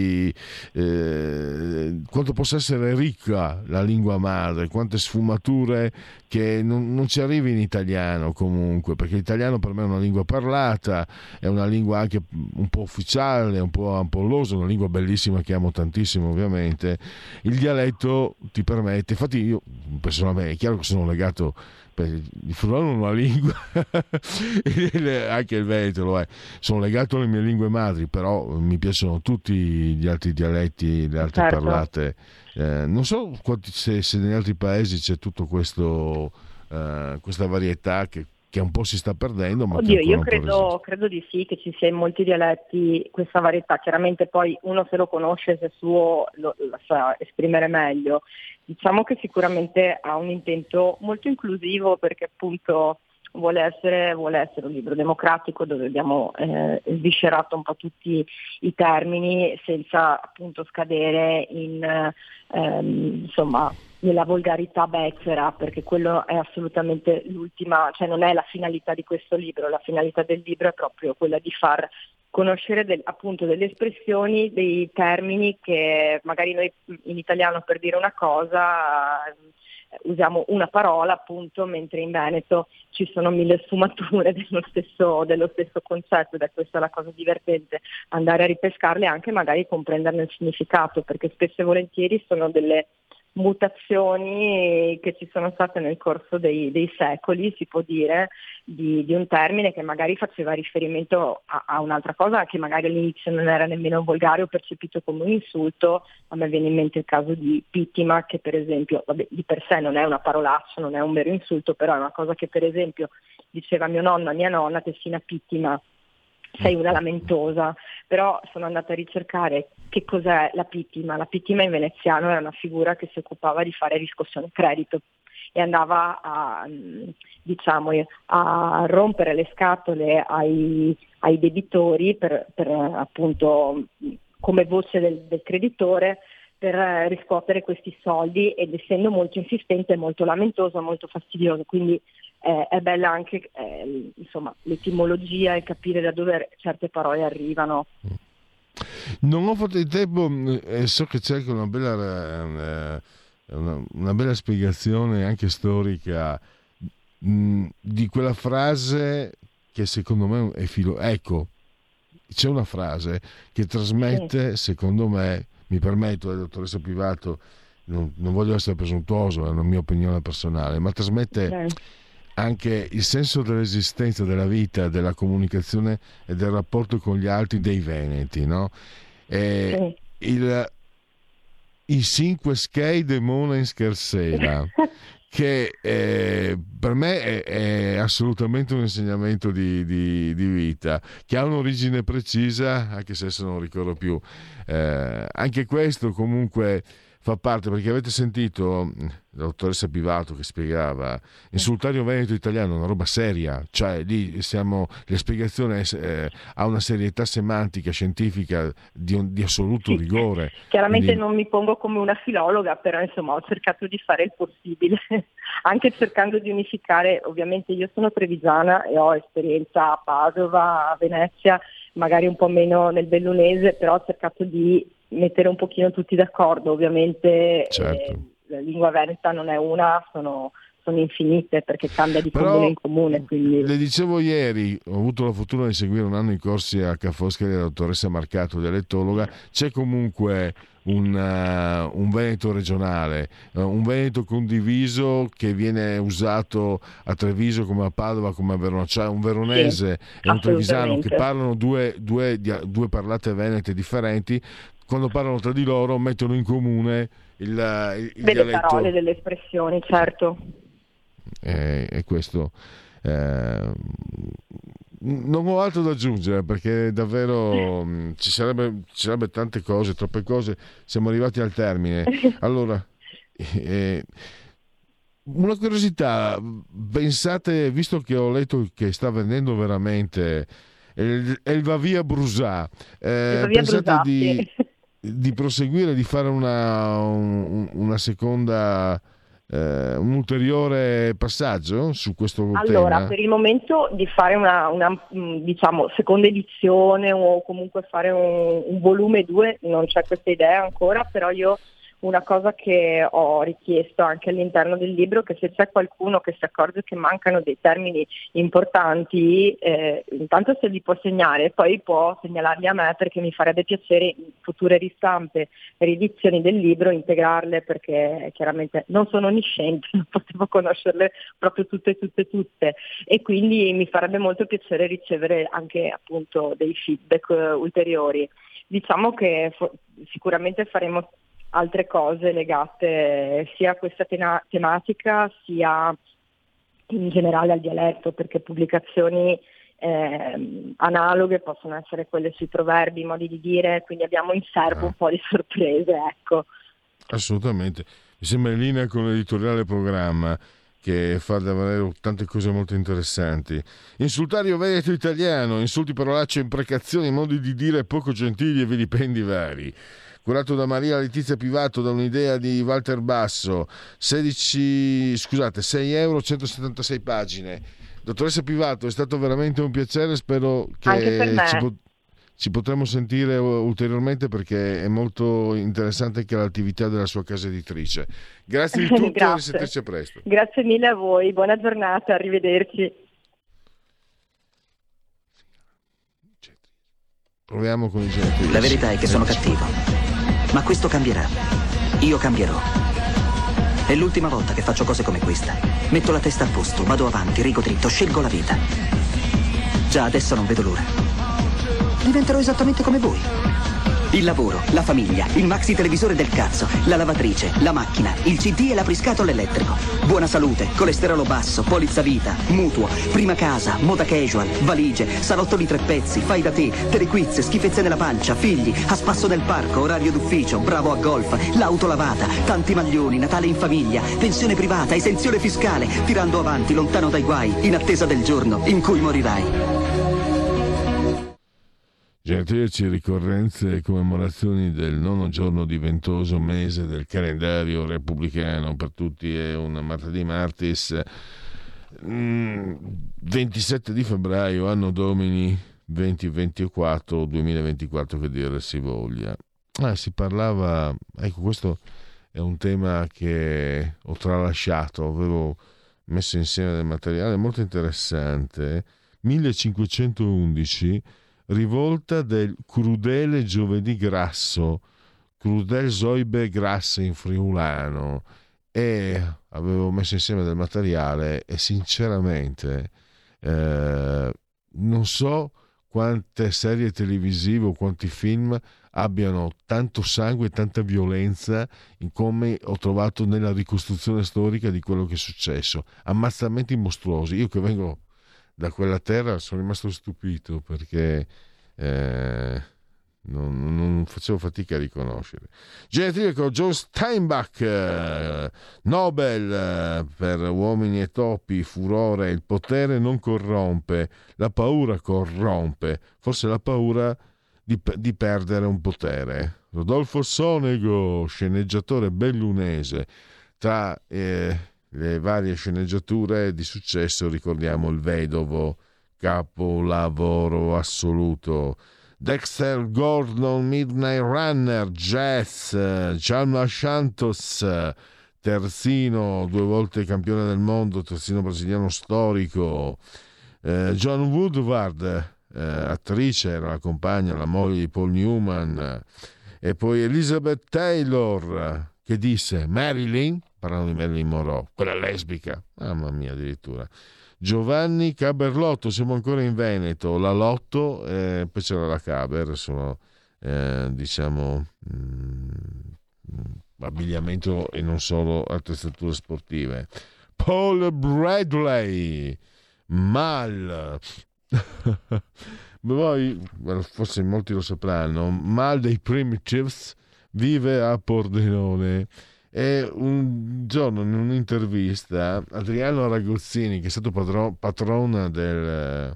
quanto possa essere ricca la lingua madre, quante sfumature che non ci arrivi in italiano comunque, perché l'italiano per me è una lingua parlata, è una lingua anche un po' ufficiale, un po' ampollosa, una lingua bellissima che amo tantissimo ovviamente. Il dialetto ti permette, infatti io personalmente è chiaro che sono legato, il friulano è una lingua anche il veneto lo è, sono legato alle mie lingue madri, però mi piacciono tutti gli altri dialetti, le altre parlate. Non so se negli altri paesi c'è tutto questo questa varietà che un po' si sta perdendo, ma oddio, io credo di sì, che ci sia in molti dialetti questa varietà. Chiaramente poi uno, se lo conosce, se suo lo sa esprimere meglio. Diciamo che sicuramente ha un intento molto inclusivo, perché appunto vuole essere un libro democratico dove abbiamo sviscerato un po' tutti i termini senza appunto scadere in insomma nella volgarità becera, perché quello è assolutamente l'ultima, cioè non è la finalità di questo libro. La finalità del libro è proprio quella di far conoscere appunto delle espressioni, dei termini che magari noi in italiano per dire una cosa usiamo una parola appunto, mentre in Veneto ci sono 1000 sfumature dello stesso concetto, ed è questa la cosa divertente, andare a ripescarle e anche magari comprenderne il significato, perché spesso e volentieri sono delle mutazioni che ci sono state nel corso dei secoli, si può dire, di un termine che magari faceva riferimento a un'altra cosa, che magari all'inizio non era nemmeno volgare o percepito come un insulto. A me viene in mente il caso di pittima, che per esempio, di per sé non è una parolaccia, non è un vero insulto, però è una cosa che per esempio diceva mio nonno a mia nonna: Tessina pittima, sei una lamentosa. Però sono andata a ricercare che cos'è la pittima. La pittima in veneziano era una figura che si occupava di fare riscossione credito, e andava a rompere le scatole ai debitori per appunto come voce del creditore per riscuotere questi soldi, ed essendo molto insistente, molto lamentoso, molto fastidioso. Quindi è bella anche l'etimologia e capire da dove certe parole arrivano. Non ho fatto il tempo, so che c'è anche una bella spiegazione anche storica di quella frase che secondo me è ecco, c'è una frase che trasmette, secondo me, mi permetto, dottoressa Pivato, non voglio essere presuntuoso, è una mia opinione personale, ma trasmette anche il senso dell'esistenza, della vita, della comunicazione e del rapporto con gli altri dei veneti, no? I cinque schei de mona in schersela, che per me è assolutamente un insegnamento di vita, che ha un'origine precisa, anche se adesso non ricordo più. Anche questo comunque fa parte, perché avete sentito la dottoressa Pivato che spiegava il sultario veneto italiano, una roba seria, cioè lì la spiegazione ha una serietà semantica, scientifica di assoluto rigore. Chiaramente non mi pongo come una filologa, però insomma ho cercato di fare il possibile, anche cercando di unificare. Ovviamente io sono trevigiana e ho esperienza a Padova, a Venezia, magari un po' meno nel bellunese, però ho cercato di mettere un pochino tutti d'accordo. Ovviamente la lingua veneta non è una, sono infinite, perché cambia di comune in comune. Quindi... Le dicevo ieri, ho avuto la fortuna di seguire un anno i corsi a Ca' Foscari della dottoressa Marcato, dialettologa. C'è comunque un veneto regionale, un veneto condiviso che viene usato a Treviso come a Padova, come a Verona, cioè un veronese e un trevisano che parlano due parlate venete differenti. Quando parlano tra di loro mettono in comune il delle dialetto. Parole, delle espressioni, certo. E questo non ho altro da aggiungere, perché davvero ci sarebbe tante cose, troppe cose. Siamo arrivati al termine. Allora, una curiosità, pensate, visto che ho letto che sta vendendo veramente il Vavia Brusà, pensate di proseguire, di fare una seconda, un ulteriore passaggio su questo tema? Allora, per il momento di fare una seconda edizione, o comunque fare un volume 2, non c'è questa idea ancora, però io una cosa che ho richiesto anche all'interno del libro, che se c'è qualcuno che si accorge che mancano dei termini importanti, intanto se li può segnare e poi può segnalarli a me, perché mi farebbe piacere in future ristampe e riedizioni del libro integrarle, perché chiaramente non sono onnisciente, non potevo conoscerle proprio tutte, e quindi mi farebbe molto piacere ricevere anche appunto dei feedback ulteriori. Diciamo che sicuramente faremo altre cose legate sia a questa tematica sia in generale al dialetto, perché pubblicazioni analoghe possono essere quelle sui proverbi, modi di dire, quindi abbiamo in serbo un po' di sorprese, ecco. Assolutamente, mi sembra in linea con l'editoriale Programma, che fa davvero tante cose molto interessanti. Insultario veneto italiano, insulti, parolacce, imprecazioni, modi di dire poco gentili e vilipendi vari. Curato da Maria Letizia Pivato, da un'idea di Walter Basso, 6 euro, 176 pagine. Dottoressa Pivato, è stato veramente un piacere, spero che ci potremo sentire ulteriormente, perché è molto interessante anche l'attività della sua casa editrice. Grazie di tutto e risentirci presto. Grazie mille a voi, buona giornata, arrivederci. Proviamo con i genitori. La verità è che sono cattivo. Ma questo cambierà. Io cambierò. È l'ultima volta che faccio cose come questa. Metto la testa a posto, vado avanti, rigo dritto, scelgo la vita. Già adesso non vedo l'ora. Diventerò esattamente come voi. Il lavoro, la famiglia, il maxi televisore del cazzo, la lavatrice, la macchina, il CD e l'apriscatole elettrico. Buona salute, colesterolo basso, polizza vita, mutuo, prima casa, moda casual, valigie, salotto di 3 pezzi, fai da te, telequiz, schifezze nella pancia, figli, a spasso nel parco, orario d'ufficio, bravo a golf, l'auto lavata, tanti maglioni, Natale in famiglia, pensione privata, esenzione fiscale, tirando avanti, lontano dai guai, in attesa del giorno in cui morirai. Genetriaci, ricorrenze e commemorazioni del 9° giorno di ventoso mese del calendario repubblicano, per tutti è un martedì martis 27 di febbraio, anno domini 2024 che dire si voglia. Si parlava, ecco, questo è un tema che ho tralasciato, avevo messo insieme del materiale molto interessante. 1511, rivolta del Crudele Giovedì Grasso, Crudel Zoibe Grasse in friulano, e avevo messo insieme del materiale e sinceramente non so quante serie televisive o quanti film abbiano tanto sangue e tanta violenza in come ho trovato nella ricostruzione storica di quello che è successo. Ammazzamenti mostruosi. Io che vengo da quella terra sono rimasto stupito perché non facevo fatica a riconoscere. Genetriaco, John Steinbach, Nobel per Uomini e Topi, furore, il potere non corrompe, la paura corrompe, forse la paura di perdere un potere. Rodolfo Sonego, sceneggiatore bellunese, tra le varie sceneggiature di successo ricordiamo Il Vedovo, capolavoro assoluto, Dexter Gordon, Midnight Runner, Jazz, Jalma Santos, terzino, 2 volte campione del mondo, terzino brasiliano storico, John Woodward, attrice, era la compagna, la moglie di Paul Newman, e poi Elizabeth Taylor, che disse Marilyn, parlando di Marilyn Monroe, quella lesbica, mamma mia, addirittura. Giovanni Caberlotto, siamo ancora in Veneto, la Lotto, poi c'era la Caber, sono abbigliamento e non solo attrezzature sportive. Paul Bradley, Mal, voi forse molti lo sapranno, Mal dei Primitives, vive a Pordenone. E un giorno in un'intervista Adriano Aragozzini, che è stato patrona del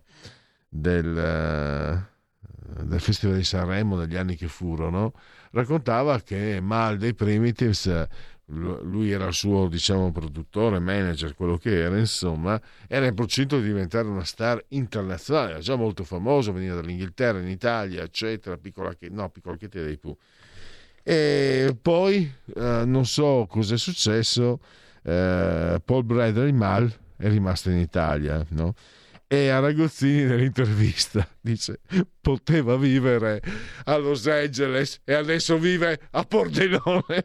Festival di Sanremo negli anni che furono, raccontava che Mal dei Primitives, lui era il suo, diciamo, produttore, manager, quello che era, insomma, era in procinto di diventare una star internazionale, era già molto famoso, veniva dall'Inghilterra, in Italia, eccetera, piccola che dei Pooh. E poi non so cosa è successo, Paul Bradley Mal è rimasto in Italia, no? E Aragozzini nell'intervista dice poteva vivere a Los Angeles e adesso vive a Pordenone.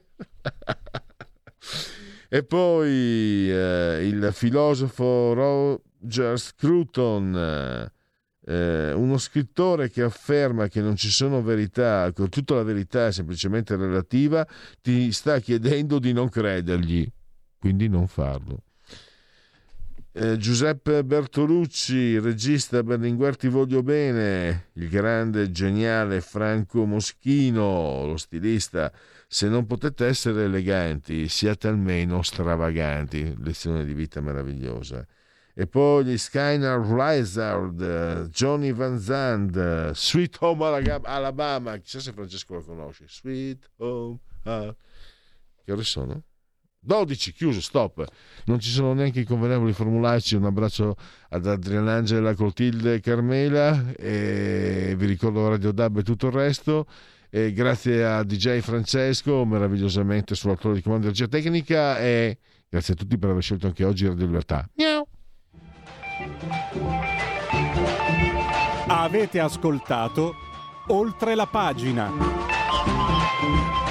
E poi il filosofo Roger Scruton, uno scrittore che afferma che non ci sono verità, che tutta la verità è semplicemente relativa, ti sta chiedendo di non credergli, quindi non farlo. Giuseppe Bertolucci, regista, Berlinguer ti voglio bene, il grande, geniale Franco Moschino, lo stilista, se non potete essere eleganti, siate almeno stravaganti, lezione di vita meravigliosa. E poi gli Skylar Lizard, Johnny Van Zandt, Sweet Home Alabama, chissà se Francesco lo conosce, Sweet Home che ore sono? 12, chiuso, stop, non ci sono neanche i convenevoli formulaici. Un abbraccio ad Adrianangela, Clotilde e Carmela, e vi ricordo Radio DAB e tutto il resto, e grazie a DJ Francesco meravigliosamente sull'autore di comando di regia tecnica, e grazie a tutti per aver scelto anche oggi Radio Libertà. Miau. Avete ascoltato Oltre la pagina.